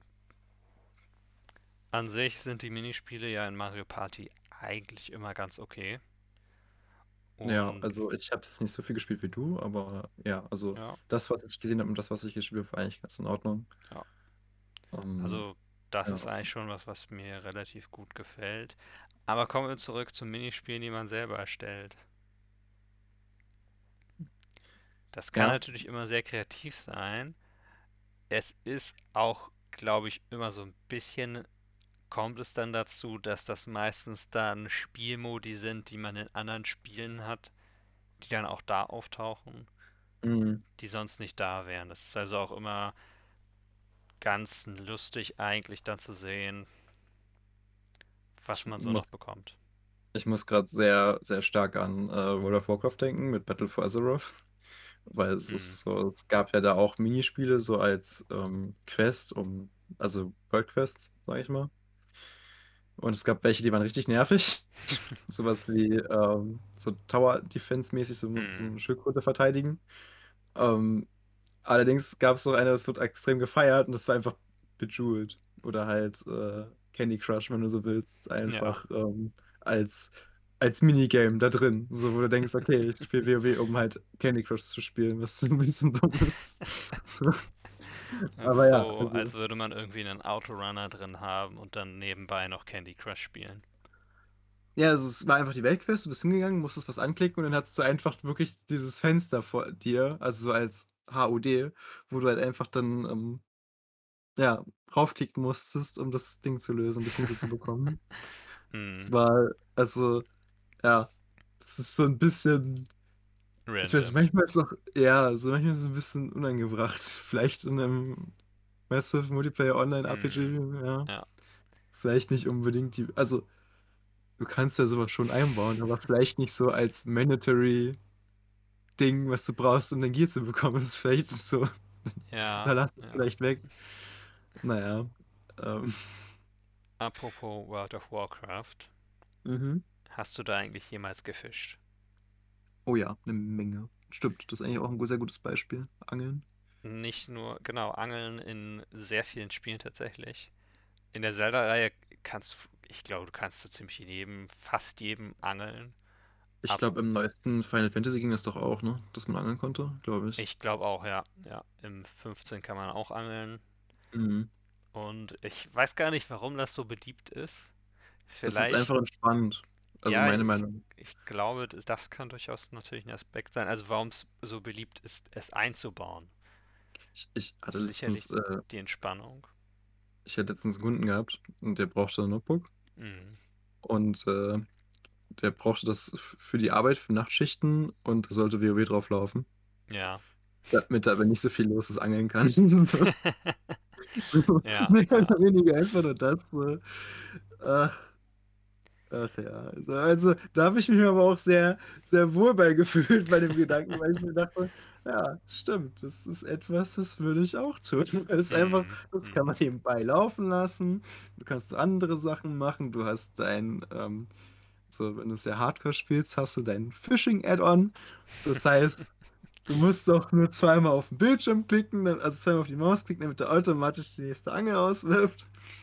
an sich sind die Minispiele ja in Mario Party eigentlich immer ganz okay. Ja, Und also ich habe es nicht so viel gespielt wie du, aber ja, also ja, das, was ich gesehen habe und das, was ich gespielt habe, war eigentlich ganz in Ordnung. ja. Ähm, Also das ist ja. eigentlich schon was, was mir relativ gut gefällt. Aber kommen wir zurück zu Minispielen, die man selber erstellt. Das kann Ja, natürlich immer sehr kreativ sein. Es ist auch, glaube ich, immer so ein bisschen, kommt es dann dazu, dass das meistens dann Spielmodi sind, die man in anderen Spielen hat, die dann auch da auftauchen, mhm. die sonst nicht da wären. Das ist also auch immer ganz lustig eigentlich dann zu sehen, was Ich man so noch muss, bekommt. ich muss gerade sehr, sehr stark an äh, World of Warcraft denken mit Battle for Azeroth, weil es Hm. ist so, es gab ja da auch Minispiele so als ähm, Quest, um, also World Quests, sag ich mal. Und es gab welche, die waren richtig nervig. Sowas wie ähm, so Tower Defense-mäßig, so muss so Hm. eine Schildkröte verteidigen. Ähm, Allerdings gab es noch eine, das wird extrem gefeiert und das war einfach Bejeweled. Oder halt äh, Candy Crush, wenn du so willst. Ja. Einfach ähm, als als Minigame da drin, so wo du denkst, okay, ich spiele WoW, um halt Candy Crush zu spielen, was ein bisschen dumm ist. So. Aber ja, So, also, als würde man irgendwie einen Autorunner drin haben und dann nebenbei noch Candy Crush spielen. ja, also es war einfach die Weltquest, du bist hingegangen, musstest was anklicken und dann hattest du einfach wirklich dieses Fenster vor dir, also so als H U D, wo du halt einfach dann, ähm, ja, draufklicken musstest, um das Ding zu lösen, die Punkte zu bekommen. Es Hm, war, also, ja, es ist so ein bisschen, ich weiß nicht, random. manchmal ist es auch, ja, so manchmal ist es ein bisschen unangebracht. Vielleicht in einem Massive Multiplayer Online R P G, Hm, ja. ja. Vielleicht nicht unbedingt die, also du kannst ja sowas schon einbauen, aber vielleicht nicht so als Mandatory Ding, was du brauchst, um den Gear zu bekommen. Das ist vielleicht so, da Ja, lass es ja. vielleicht weg. Naja. Ähm, Apropos World of Warcraft, mhm. hast du da eigentlich jemals gefischt? Oh ja, eine Menge. Stimmt, das ist eigentlich auch ein sehr gutes Beispiel. Angeln. Nicht nur, genau, Angeln in sehr vielen Spielen tatsächlich. In der Zelda-Reihe kannst du, ich glaube, du kannst so ziemlich in jedem, fast jedem angeln. Ich Ab, glaube, im neuesten Final Fantasy ging das doch auch, ne? Dass man angeln konnte, glaube ich. ich glaube auch, ja. Ja, im fünfzehn kann man auch angeln. Mhm. Und ich weiß gar nicht, warum das so beliebt ist. Es ist Vielleicht, einfach entspannt. Also ja, meine ich, Meinung. ich glaube, das kann durchaus natürlich ein Aspekt sein. Also warum es so beliebt ist, es einzubauen. Ich, ich hatte letztens, Sicherlich äh, die Entspannung. ich hatte letztens einen Kunden gehabt und der brauchte ein Notebook Mhm. und äh, der brauchte das f- für die Arbeit, für Nachtschichten und da sollte WoW drauflaufen, Ja. damit da aber nicht so viel los ist, angeln kann. So, so Ja, mehr ja. oder weniger einfach nur das. So. Ach, ach ja. Also, also da habe ich mich aber auch sehr, sehr wohl bei gefühlt bei dem Gedanken, weil ich mir dachte, ja, stimmt, das ist etwas, das würde ich auch tun. Es ist einfach, Mhm. das kann Mhm. man nebenbei laufen lassen. Du kannst andere Sachen machen. Du hast dein, ähm, so, wenn du sehr Hardcore spielst, hast du dein Phishing-Add-on. Das heißt, du musst doch nur zweimal auf den Bildschirm klicken, dann- also zweimal auf die Maus klicken, damit er automatisch die nächste Angel auswirft.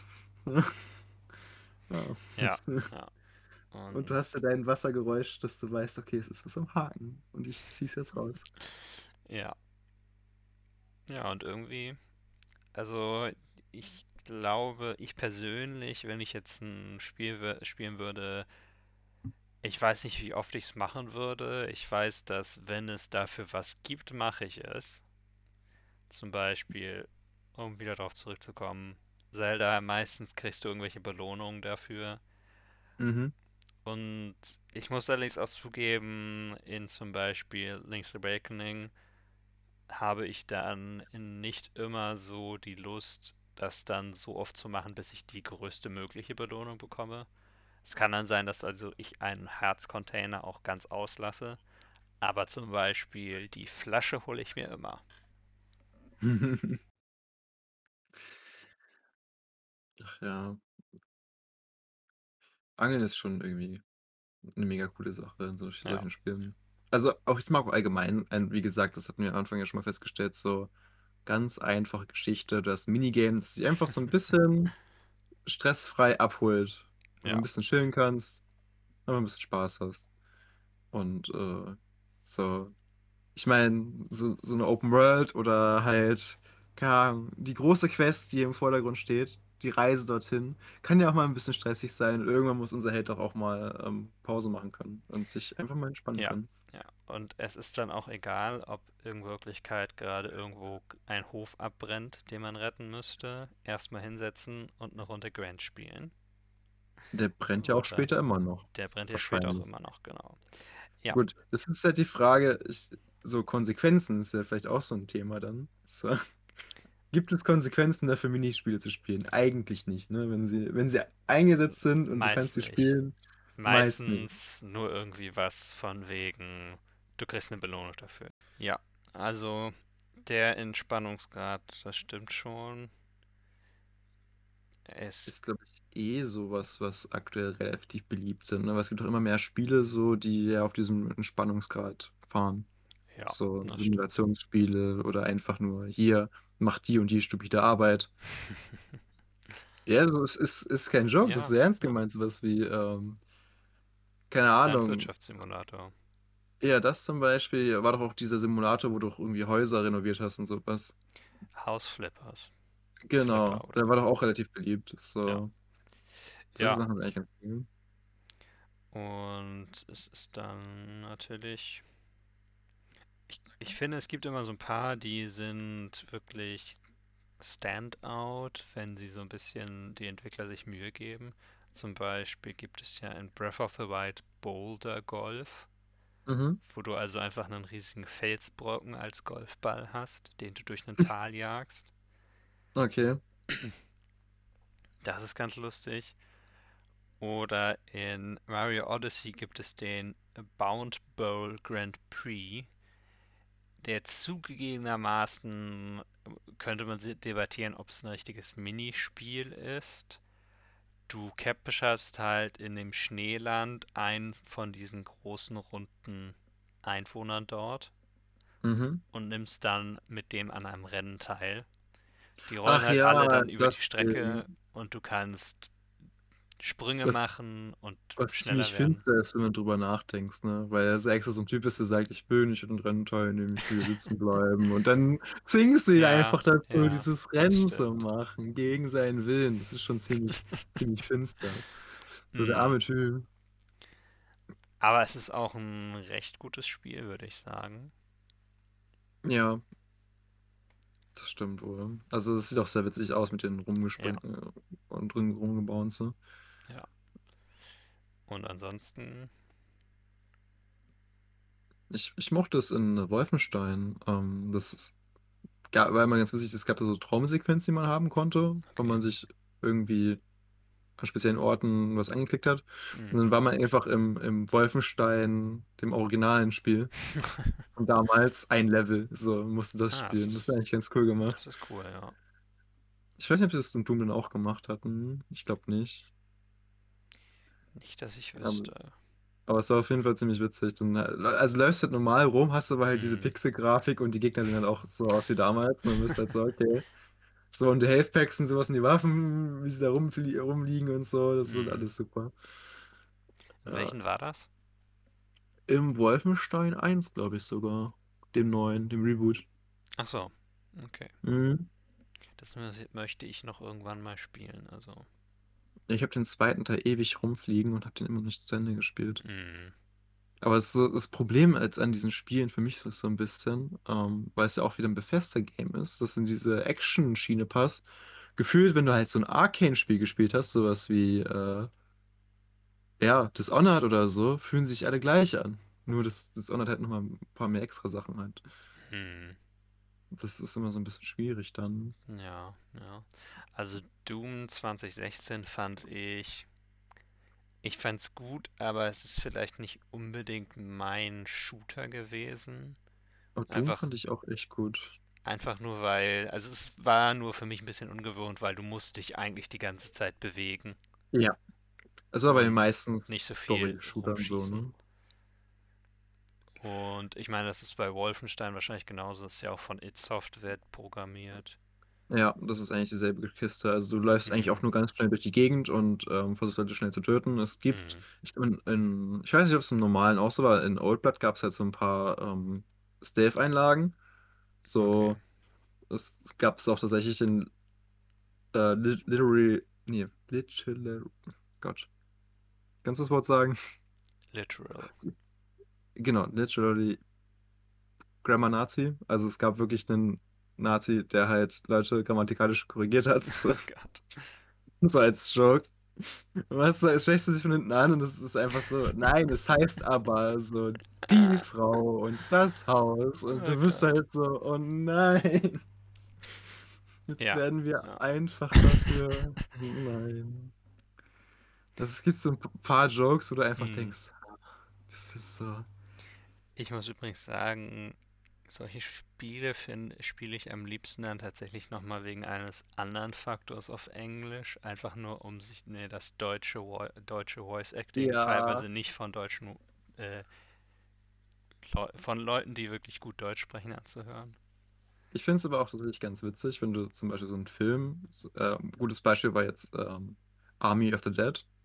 Ja. Ja, ja. Und du Und hast ja dein Wassergeräusch, dass du weißt, okay, es ist was am Haken und ich zieh's jetzt raus. ja. Ja, und irgendwie, also ich glaube, ich persönlich, wenn ich jetzt ein Spiel wür- spielen würde, ich weiß nicht, wie oft ich es machen würde. Ich weiß, dass wenn es dafür was gibt, mache ich es. Zum Beispiel, um wieder darauf zurückzukommen, Zelda, meistens kriegst du irgendwelche Belohnungen dafür. Mhm. Und ich muss allerdings auch zugeben, in zum Beispiel Link's Awakening habe ich dann nicht immer so die Lust, das dann so oft zu machen, bis ich die größte mögliche Belohnung bekomme. Es kann dann sein, dass also ich einen Herzcontainer auch ganz auslasse, aber zum Beispiel die Flasche hole ich mir immer. Ach ja, Angeln ist schon irgendwie eine mega coole Sache in solch- Ja. solchen Spielen. Also auch ich mag auch allgemein, ein, wie gesagt, das hatten wir am Anfang ja schon mal festgestellt, so ganz einfache Geschichte, das Minigame, das sich einfach so ein bisschen stressfrei abholt, wo du Ja. ein bisschen chillen kannst, aber ein bisschen Spaß hast. Und äh, so, ich meine, so, so eine Open World oder halt, keine Ahnung, die große Quest, die im Vordergrund steht, die Reise dorthin, kann ja auch mal ein bisschen stressig sein. Und irgendwann muss unser Held doch auch mal ähm, Pause machen können und sich einfach mal entspannen Ja. können. Ja. Und es ist dann auch egal, ob in Wirklichkeit gerade irgendwo ein Hof abbrennt, den man retten müsste. Erstmal hinsetzen und eine Runde Gwent spielen. Der brennt ja auch Oder später immer noch, der brennt ja später auch wahrscheinlich. immer noch, genau. Ja. Gut, das ist halt die Frage, ich, so Konsequenzen ist ja vielleicht auch so ein Thema dann. So. Gibt es Konsequenzen dafür, Minispiele zu spielen? Eigentlich nicht, ne? Wenn sie, wenn sie eingesetzt sind und du kannst Meist sie nicht. spielen, meist nicht. Meistens nur irgendwie was von wegen, du kriegst eine Belohnung dafür. Ja, also der Entspannungsgrad, das stimmt schon. Es, Ist, glaube ich, eh sowas, was aktuell relativ beliebt sind. Ne? Aber es gibt auch immer mehr Spiele, so, die ja auf diesem Entspannungsgrad fahren. ja, So das stimmt. Simulationsspiele oder einfach nur hier, mach die und die stupide Arbeit. Ja, so, es ist, ist kein Joke, das ist Ja, sehr ernst ja. gemeint, sowas wie, ähm, keine Ahnung. Landwirtschaftssimulator. Ja, das zum Beispiel war doch auch dieser Simulator, wo du auch irgendwie Häuser renoviert hast und sowas. House Flippers. Genau, Flipper oder der war doch wie. auch relativ beliebt. Ja. So, solche Ja. Sachen sind eigentlich ganz cool. Und es ist dann natürlich. Ich, ich finde, es gibt immer so ein paar, die sind wirklich Standout, wenn sie so ein bisschen die Entwickler sich Mühe geben. Zum Beispiel gibt es ja in Breath of the Wild Boulder Golf, Mhm. wo du also einfach einen riesigen Felsbrocken als Golfball hast, den du durch ein Tal jagst. Okay. Das ist ganz lustig. Oder in Mario Odyssey gibt es den Bound Bowl Grand Prix, der zugegebenermaßen könnte man debattieren, ob es ein richtiges Minispiel ist. Du capturest halt in dem Schneeland einen von diesen großen runden Einwohnern dort Mhm. und nimmst dann mit dem an einem Rennen teil. Die rollen Ach halt alle ja, dann über die das Strecke Ding. und du kannst Sprünge Das, machen und was schneller ziemlich werden. finster ist, wenn du drüber nachdenkst, ne? Weil er so extra so ein Typ ist, der sagt, ich will nicht in den Rennen teilnehmen, ich will hier sitzen bleiben. Und dann zwingst du ihn Ja, einfach dazu, ja, dieses das Rennen zu stimmt. machen, gegen seinen Willen. Das ist schon ziemlich, ziemlich finster. So der Mm. arme Typ. Aber es ist auch ein recht gutes Spiel, würde ich sagen. Ja, das stimmt wohl. Also es sieht auch sehr witzig aus mit den Ja, rumgespringen und rum- rumgebouncen. ja. Und ansonsten, Ich, ich mochte es in Wolfenstein. Ähm, das ist, ga- war immer ganz witzig, es gab da so Traumsequenzen, die man haben konnte, wenn okay. man sich irgendwie an speziellen Orten was angeklickt hat. Und dann Mhm. war man einfach im, im Wolfenstein, dem originalen Spiel. Und damals ein Level, so musste das Ah, das spielen. Das war ist, eigentlich ganz cool gemacht. das ist cool, ja. Ich weiß nicht, ob sie das in Doom dann auch gemacht hatten. Ich glaube nicht. Nicht, dass ich Aber, wüsste. aber es war auf jeden Fall ziemlich witzig. Dann, also läufst halt normal rum, hast aber halt diese Mhm. Pixel-Grafik und die Gegner sehen halt auch so aus wie damals. Und dann bist du halt so, okay. So, und die Health Packs und sowas und die Waffen, wie sie da rumflie rumliegen und so, das ist halt Mhm. alles super. Ja. Welchen war das? Im Wolfenstein eins, glaube ich sogar. Dem neuen, dem Reboot. Ach so, okay. Mhm. Das mö- möchte ich noch irgendwann mal spielen, also. Ich habe den zweiten Teil ewig rumfliegen und habe den immer noch nicht zu Ende gespielt. Mhm. Aber es ist so, das Problem als an diesen Spielen für mich ist so ein bisschen, ähm, weil es ja auch wieder ein Bethesda-Game ist, dass in diese Action-Schiene passt. Gefühlt, wenn du halt so ein Arcane-Spiel gespielt hast, sowas wie, äh, ja, Dishonored oder so, fühlen sich alle gleich an. Nur, dass Dishonored halt nochmal ein paar mehr extra Sachen hat. Mhm. Das ist immer so ein bisschen schwierig dann. Ja, ja. Also Doom zwanzig sechzehn fand ich. Ich fand's gut, aber es ist vielleicht nicht unbedingt mein Shooter gewesen. Und Doom Einfach, fand ich auch echt gut. einfach nur weil, also es war nur für mich ein bisschen ungewohnt, weil du musst dich eigentlich die ganze Zeit bewegen Ja. Also bei den und meisten nicht so viel Story-Shootern so, rumschießen. ne? Und ich meine, das ist bei Wolfenstein wahrscheinlich genauso. Das ist ja auch von id Software programmiert. Ja, das ist eigentlich dieselbe Kiste. Also du läufst eigentlich auch Hm, nur ganz schnell durch die Gegend und ähm, versuchst Leute schnell zu töten. Es gibt, hm, ich, in, in, ich weiß nicht, ob es im normalen auch so war, in Old Blood gab es halt so ein paar ähm, Stealth-Einlagen. okay. So, es gab es auch tatsächlich in äh, Lit- Literary, nee, Literary, Gott, kannst du das Wort sagen? Literal. Genau, Literally Grammar Nazi. Also es gab wirklich einen Nazi, der halt Leute grammatikalisch korrigiert hat. Oh Gott. So als Joke. Was es schwächst du sich von hinten an und es ist einfach so, nein, es heißt aber so die Frau und das Haus und Oh du bist Gott. halt so, oh nein, jetzt Ja. werden wir Ja. einfach dafür. Nein. Also es gibt so ein paar Jokes, wo du einfach Hm. denkst, das ist so. Ich muss übrigens sagen, solche Spiele find, spiele ich am liebsten dann tatsächlich nochmal wegen eines anderen Faktors auf Englisch. Einfach nur, um sich nee, das deutsche, Vo- deutsche Voice Acting Ja. teilweise nicht von deutschen äh, Leu von Leuten, die wirklich gut Deutsch sprechen, anzuhören. Ich finde es aber auch tatsächlich ganz witzig, wenn du zum Beispiel so einen Film, so, äh, ein gutes Beispiel war jetzt ähm, Army of the Dead.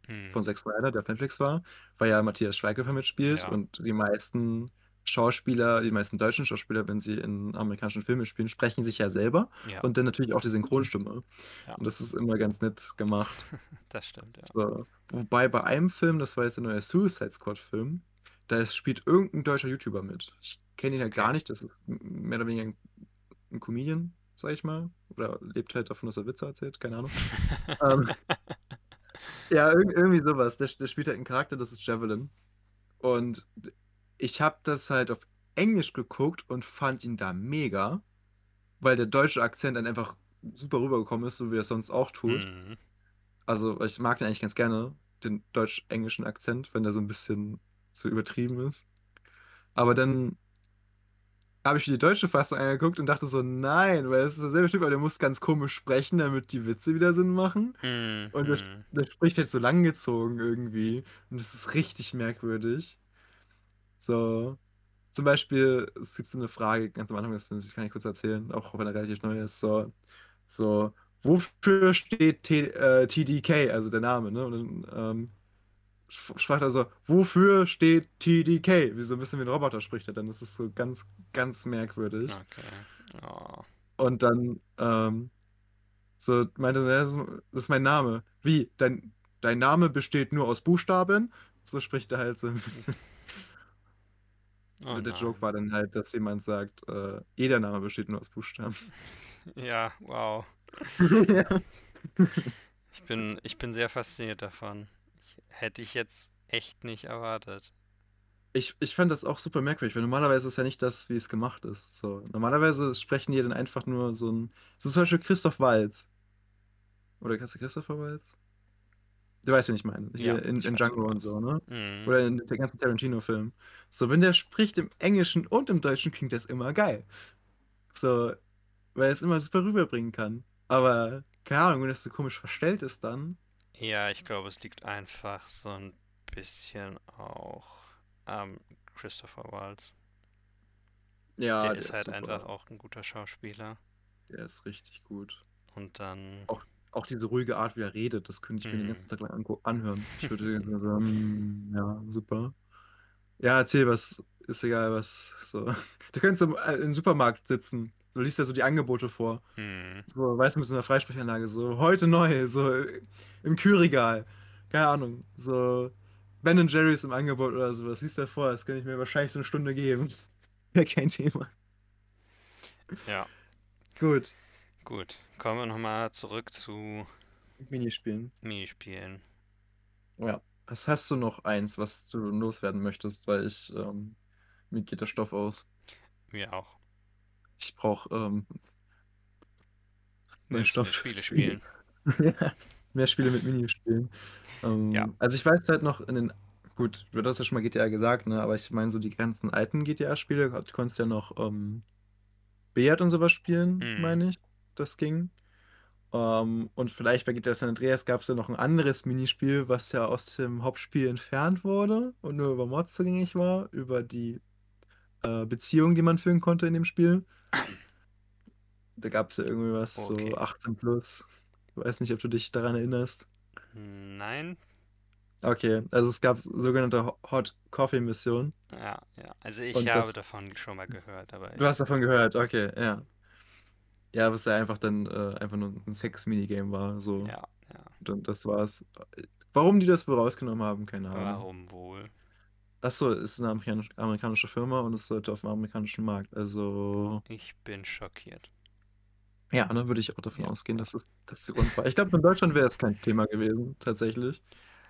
von Hm. Zack Snyder, der auf Netflix war, weil ja Matthias Schweighöfer mitspielt Ja. und die meisten Schauspieler, die meisten deutschen Schauspieler, wenn sie in amerikanischen Filmen spielen, sprechen sich ja selber Ja. und dann natürlich auch die Synchronstimme. Ja. Und das ist immer ganz nett gemacht. Das stimmt, ja. So. Wobei bei einem Film, das war jetzt der neue Suicide Squad-Film, da ist, spielt irgendein deutscher YouTuber mit. Ich kenne ihn ja gar Okay. nicht, das ist mehr oder weniger ein, ein Comedian, sag ich mal. Oder lebt halt davon, dass er Witze erzählt, keine Ahnung. Ähm, ja, irg irgendwie sowas. Der, der spielt halt einen Charakter, das ist Javelin. Und ich habe das halt auf Englisch geguckt und fand ihn da mega, weil der deutsche Akzent dann einfach super rübergekommen ist, so wie er es sonst auch tut. Hm. Also ich mag den eigentlich ganz gerne, den deutsch-englischen Akzent, wenn der so ein bisschen zu übertrieben ist. Aber dann habe ich mir die deutsche Fassung angeguckt und dachte so, nein, weil es ist derselbe Typ, aber der muss ganz komisch sprechen, damit die Witze wieder Sinn machen. Hm. Und der, Hm. der spricht halt so langgezogen irgendwie. Und das ist richtig merkwürdig. So, zum Beispiel, es gibt so eine Frage ganz am Anfang des Films, ich kann ich kurz erzählen, auch wenn er relativ neu ist. So, so wofür steht T, äh, T D K, also der Name, ne? Und dann ähm, sch- fragt er so, wofür steht T D K? Wie so ein bisschen wie ein Roboter spricht er dann. Das ist so ganz, ganz merkwürdig. Okay. Oh. Und dann ähm, so meinte er, das ist das ist mein Name. Wie? Dein, dein Name besteht nur aus Buchstaben? So spricht er halt so ein bisschen. Oh Der Joke nein. war dann halt, dass jemand sagt, äh, jeder Name besteht nur aus Buchstaben. Ja, wow. Ja. Ich bin, ich bin sehr fasziniert davon. Ich, hätte ich jetzt echt nicht erwartet. Ich, ich fand das auch super merkwürdig, weil normalerweise ist ja nicht das, wie es gemacht ist. So, normalerweise sprechen die dann einfach nur so ein. So zum Beispiel Christoph Waltz. Oder heißt der Christopher Waltz? Du weißt, wen ich meine. Ja, Hier in, ich in weiß, wen du Django und meinst. so, ne? Mhm. Oder in den ganzen Tarantino-Filmen. So, wenn der spricht im Englischen und im Deutschen, klingt das immer geil. So, weil er es immer super rüberbringen kann. Aber, keine Ahnung, wenn das so komisch verstellt ist dann. Ja, ich glaube, es liegt einfach so ein bisschen auch am Christopher Waltz. Der Ja, der ist ist halt einfach super. auch ein guter Schauspieler. Der ist richtig gut. Und dann. Auch, auch diese ruhige Art, wie er redet, das könnte ich mir den Hm. ganzen Tag lang angu- anhören. Ich würde so, mm, ja, super. Ja, erzähl was, ist egal was. So. Du könntest im, äh, im Supermarkt sitzen. Du liest ja so die Angebote vor. Hm. So, weißt du, mit so einer Freisprechanlage. So, heute neu, so äh, im Kühlregal. Keine Ahnung. So, Ben Jerry's im Angebot oder sowas. Liest da vor, das könnte ich mir wahrscheinlich so eine Stunde geben. Ja, kein Thema. Ja, Gut. gut. Kommen wir nochmal zurück zu Minispielen. Minispielen. Ja. Was hast du noch eins, was du loswerden möchtest? Weil ich, ähm, mir geht der Stoff aus. Wir auch. Ich brauche ähm, neuen Willst mehr Stoff. Spiele spielen? Ja, mehr Spiele mit Minispielen. Ja. Ähm, also ich weiß halt noch in den, gut, du hast ja schon mal G T A gesagt, ne? Aber ich meine so die ganzen alten G T A-Spiele, du konntest ja noch ähm, Billard und sowas spielen, Hm. meine ich. Das ging. Ähm, und vielleicht bei G T A San Andreas gab es ja noch ein anderes Minispiel, was ja aus dem Hauptspiel entfernt wurde und nur über Mods zugänglich war, über die äh, Beziehung, die man führen konnte in dem Spiel. Da gab es ja irgendwie was, so Okay. achtzehn plus. Ich weiß nicht, ob du dich daran erinnerst. Nein. Okay, also es gab sogenannte Ho- Hot Coffee Mission Ja, ja. Also ich und habe das, davon schon mal gehört, aber du ich. hast davon gehört, okay, ja. Ja, was ja einfach dann äh, einfach nur ein Sex-Minigame war, so. Ja, ja. Und das war's. Warum die das wohl rausgenommen haben, keine Ahnung. Warum wohl? Achso, es ist eine amerikanisch, amerikanische Firma und es sollte auf dem amerikanischen Markt. Also, Ich bin schockiert. ja, dann würde ich auch davon Ja, ausgehen, ja. dass das, das der Grund war. Ich glaube, in Deutschland wäre es kein Thema gewesen, tatsächlich.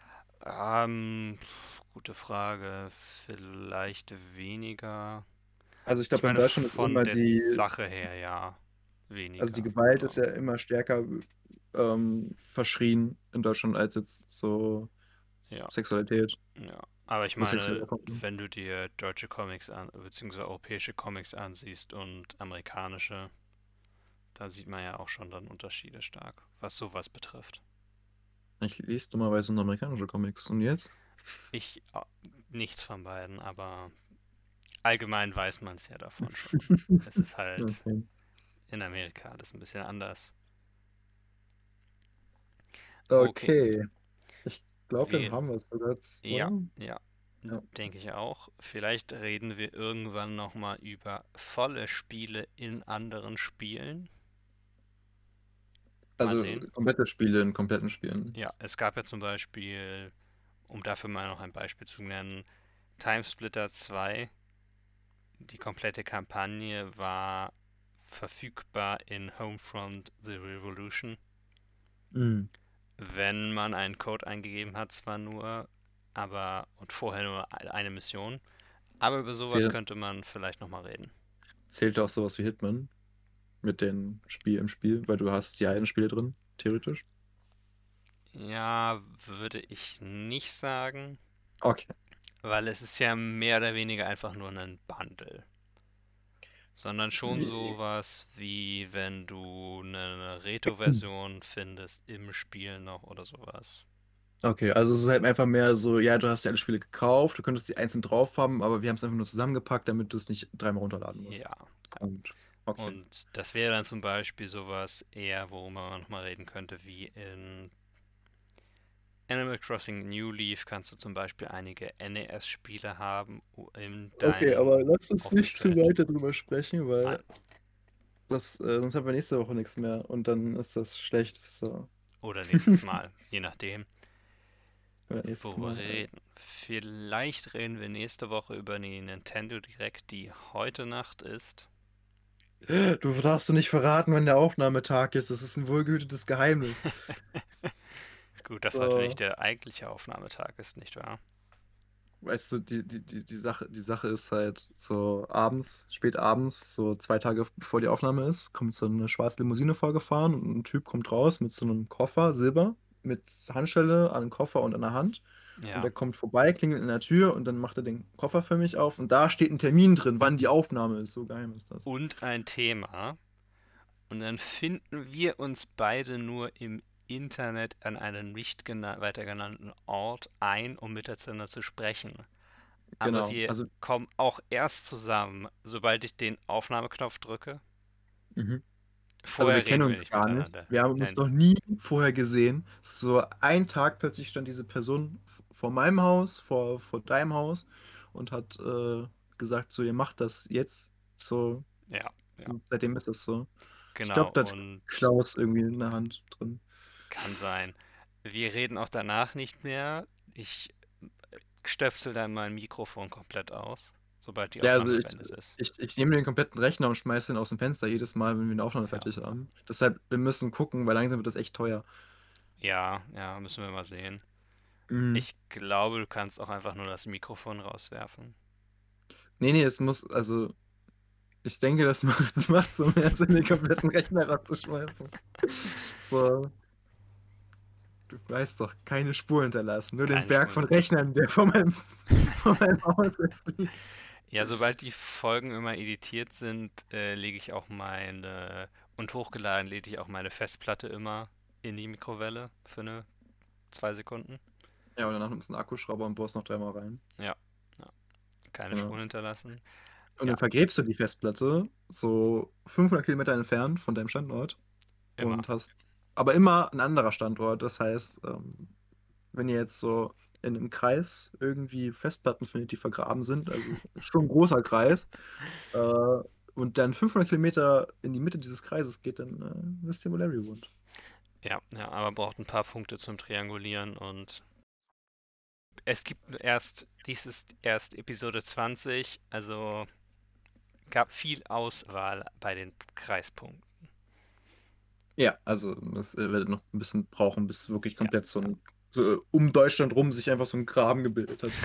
Ähm, gute Frage. Vielleicht weniger. Also ich Ich glaube, in meine, Deutschland ist von immer der die, Sache her ja also die weniger, Gewalt ist aber ja immer stärker ähm, verschrien in Deutschland als jetzt so ja, Sexualität ja. Aber ich oder sexuelle meine, Erfahrung. wenn du dir deutsche Comics an, beziehungsweise europäische Comics ansiehst und amerikanische, da sieht man ja auch schon dann Unterschiede stark, was sowas betrifft. Ich lese dummerweise nur amerikanische Comics. Und jetzt? Ich, äh, nichts von beiden, aber allgemein weiß man es ja davon schon. Es ist halt Okay. in Amerika alles ein bisschen anders. Okay, Okay. Ich glaube, den Wir, haben wir sogar jetzt, ja, oder? ja, Ja. denke ich auch. Vielleicht reden wir irgendwann nochmal über volle Spiele in anderen Spielen. Mal Also sehen. komplette Spiele in kompletten Spielen. Ja, es gab ja zum Beispiel, um dafür mal noch ein Beispiel zu nennen, Timesplitter zwei. Die komplette Kampagne war verfügbar in Homefront The Revolution. Mhm. Wenn man einen Code eingegeben hat, zwar nur, aber und vorher nur eine Mission. Aber über sowas Zählt, könnte man vielleicht nochmal reden. zählt auch sowas wie Hitman mit dem Spiel im Spiel, weil du hast die einen Spiele drin, theoretisch. Ja, würde ich nicht sagen, Okay. weil es ist ja mehr oder weniger einfach nur ein Bundle. Sondern schon sowas wie wenn du eine Reto-Version findest im Spiel noch oder sowas. Okay, also es ist halt einfach mehr so, ja, du hast ja alle Spiele gekauft, du könntest die einzeln drauf haben, aber wir haben es einfach nur zusammengepackt, damit du es nicht dreimal runterladen musst. Ja. Und okay. Und das wäre dann zum Beispiel sowas eher, worüber man nochmal reden könnte, wie in Animal Crossing New Leaf kannst du zum Beispiel einige N E S-Spiele haben in Okay, aber deinem lass uns nicht zu Office-Trash. weit darüber sprechen, weil Nein. das, äh, sonst haben wir nächste Woche nichts mehr und dann ist das schlecht. So, Oder nächstes Mal, je nachdem, oder nächstes worüber Mal. wir äh. reden. Vielleicht reden wir nächste Woche über die Nintendo Direct, die heute Nacht ist. Du darfst du nicht verraten, wann der Aufnahmetag ist. Das ist ein wohlgehütetes Geheimnis. Gut, dass heute nicht So, der eigentliche Aufnahmetag ist, nicht wahr? weißt du, die, die, die, die Sache, die Sache ist halt so abends, spät abends, so zwei Tage bevor die Aufnahme ist, kommt so eine schwarze Limousine vorgefahren und ein Typ kommt raus mit so einem Koffer, Silber, mit Handschelle an den Koffer und an der Hand. Und Ja. er kommt vorbei, klingelt in der Tür und dann macht er den Koffer für mich auf und da steht ein Termin drin, wann die Aufnahme ist. So geheim ist das. Und ein Thema. Und dann finden wir uns beide nur im Internet an einem nicht gena- weiter genannten Ort ein, um miteinander zu sprechen. Aber Genau. wir Also, kommen auch erst zusammen, sobald ich den Aufnahmeknopf drücke. mhm. Also wir Vorher kennen reden wir uns nicht gar nicht. miteinander. Wir haben uns Nein. noch nie vorher gesehen. So ein Tag plötzlich stand diese Person f- vor meinem Haus, vor, vor deinem Haus und hat äh, gesagt, so, ihr macht das jetzt. So, Ja, ja, und seitdem ist das so. Ich genau. glaube, da hat Und Klaus irgendwie in der Hand drin. kann sein. Wir reden auch danach nicht mehr. Ich stöpsel dann mein Mikrofon komplett aus, sobald die Ja, also Aufnahme ich, beendet ist. ich, ich nehme den kompletten Rechner und schmeiße den aus dem Fenster jedes Mal, wenn wir eine Aufnahme Ja, fertig haben. Deshalb, wir müssen gucken, weil langsam wird das echt teuer. ja, ja, müssen wir mal sehen. Mhm. Ich glaube, du kannst auch einfach nur das Mikrofon rauswerfen. Nee, nee, es muss, also ich denke, das macht, das macht so mehr Sinn, den kompletten Rechner rauszuschmeißen. So, du weißt doch, keine Spur hinterlassen, nur den Keine Berg Spur von hinterlassen. Rechnern, der vor meinem, vor meinem Haus jetzt liegt. Ja, sobald die Folgen immer editiert sind, äh, lege ich auch meine und hochgeladen lege ich auch meine Festplatte immer in die Mikrowelle für eine zwei Sekunden. Ja, und danach nimmst du einen Akkuschrauber und bohrst noch dreimal rein. Ja, ja, keine Genau. Spuren hinterlassen. Und Ja, dann vergräbst du die Festplatte so fünfhundert Kilometer entfernt von deinem Standort immer. und hast aber immer ein anderer Standort. Das heißt, ähm, wenn ihr jetzt so in einem Kreis irgendwie Festplatten findet, die vergraben sind, also schon ein großer Kreis, äh, und dann fünfhundert Kilometer in die Mitte dieses Kreises geht, dann äh, wisst ihr, wo Larry wohnt. Ja, ja, aber braucht ein paar Punkte zum Triangulieren und es gibt erst, dies ist erst Episode zwanzig, also gab viel Auswahl bei den Kreispunkten. Ja, also das äh, werdet noch ein bisschen brauchen, bis wirklich Ja, komplett so ja. ein, so äh, um Deutschland rum sich einfach so ein Graben gebildet hat.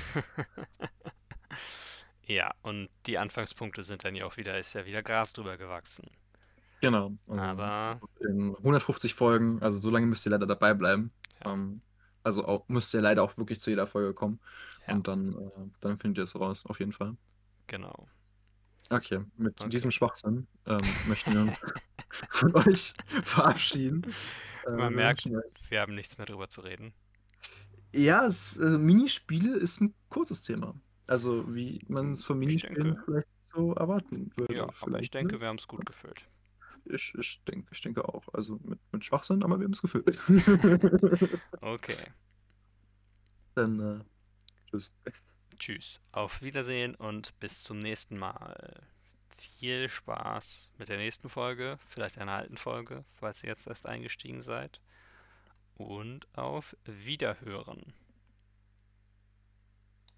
Ja, und die Anfangspunkte sind dann ja auch wieder, ist ja wieder Gras drüber gewachsen. Genau, also Aber in hundertfünfzig Folgen, also so lange müsst ihr leider dabei bleiben. ja, Ähm, also auch, müsst ihr leider auch wirklich zu jeder Folge kommen. ja, Und dann, äh, dann findet ihr es raus, auf jeden Fall. genau. Okay, mit Okay. diesem Schwachsinn ähm, möchten wir uns von euch verabschieden. Äh, Man wir merkt, wünschen euch. wir haben nichts mehr drüber zu reden. Ja, es, also Minispiele ist ein kurzes Thema. Also wie man es von Ich Minispielen denke, vielleicht so erwarten ja, würde, aber ich vielleicht. denke, Ne? wir haben es gut gefüllt. Ich, ich denke, ich denke auch. Also mit, mit Schwachsinn, aber wir haben es gefühlt. Okay. Dann äh, tschüss. Tschüss, auf Wiedersehen und bis zum nächsten Mal. Viel Spaß mit der nächsten Folge, vielleicht einer alten Folge, falls ihr jetzt erst eingestiegen seid. Und auf Wiederhören.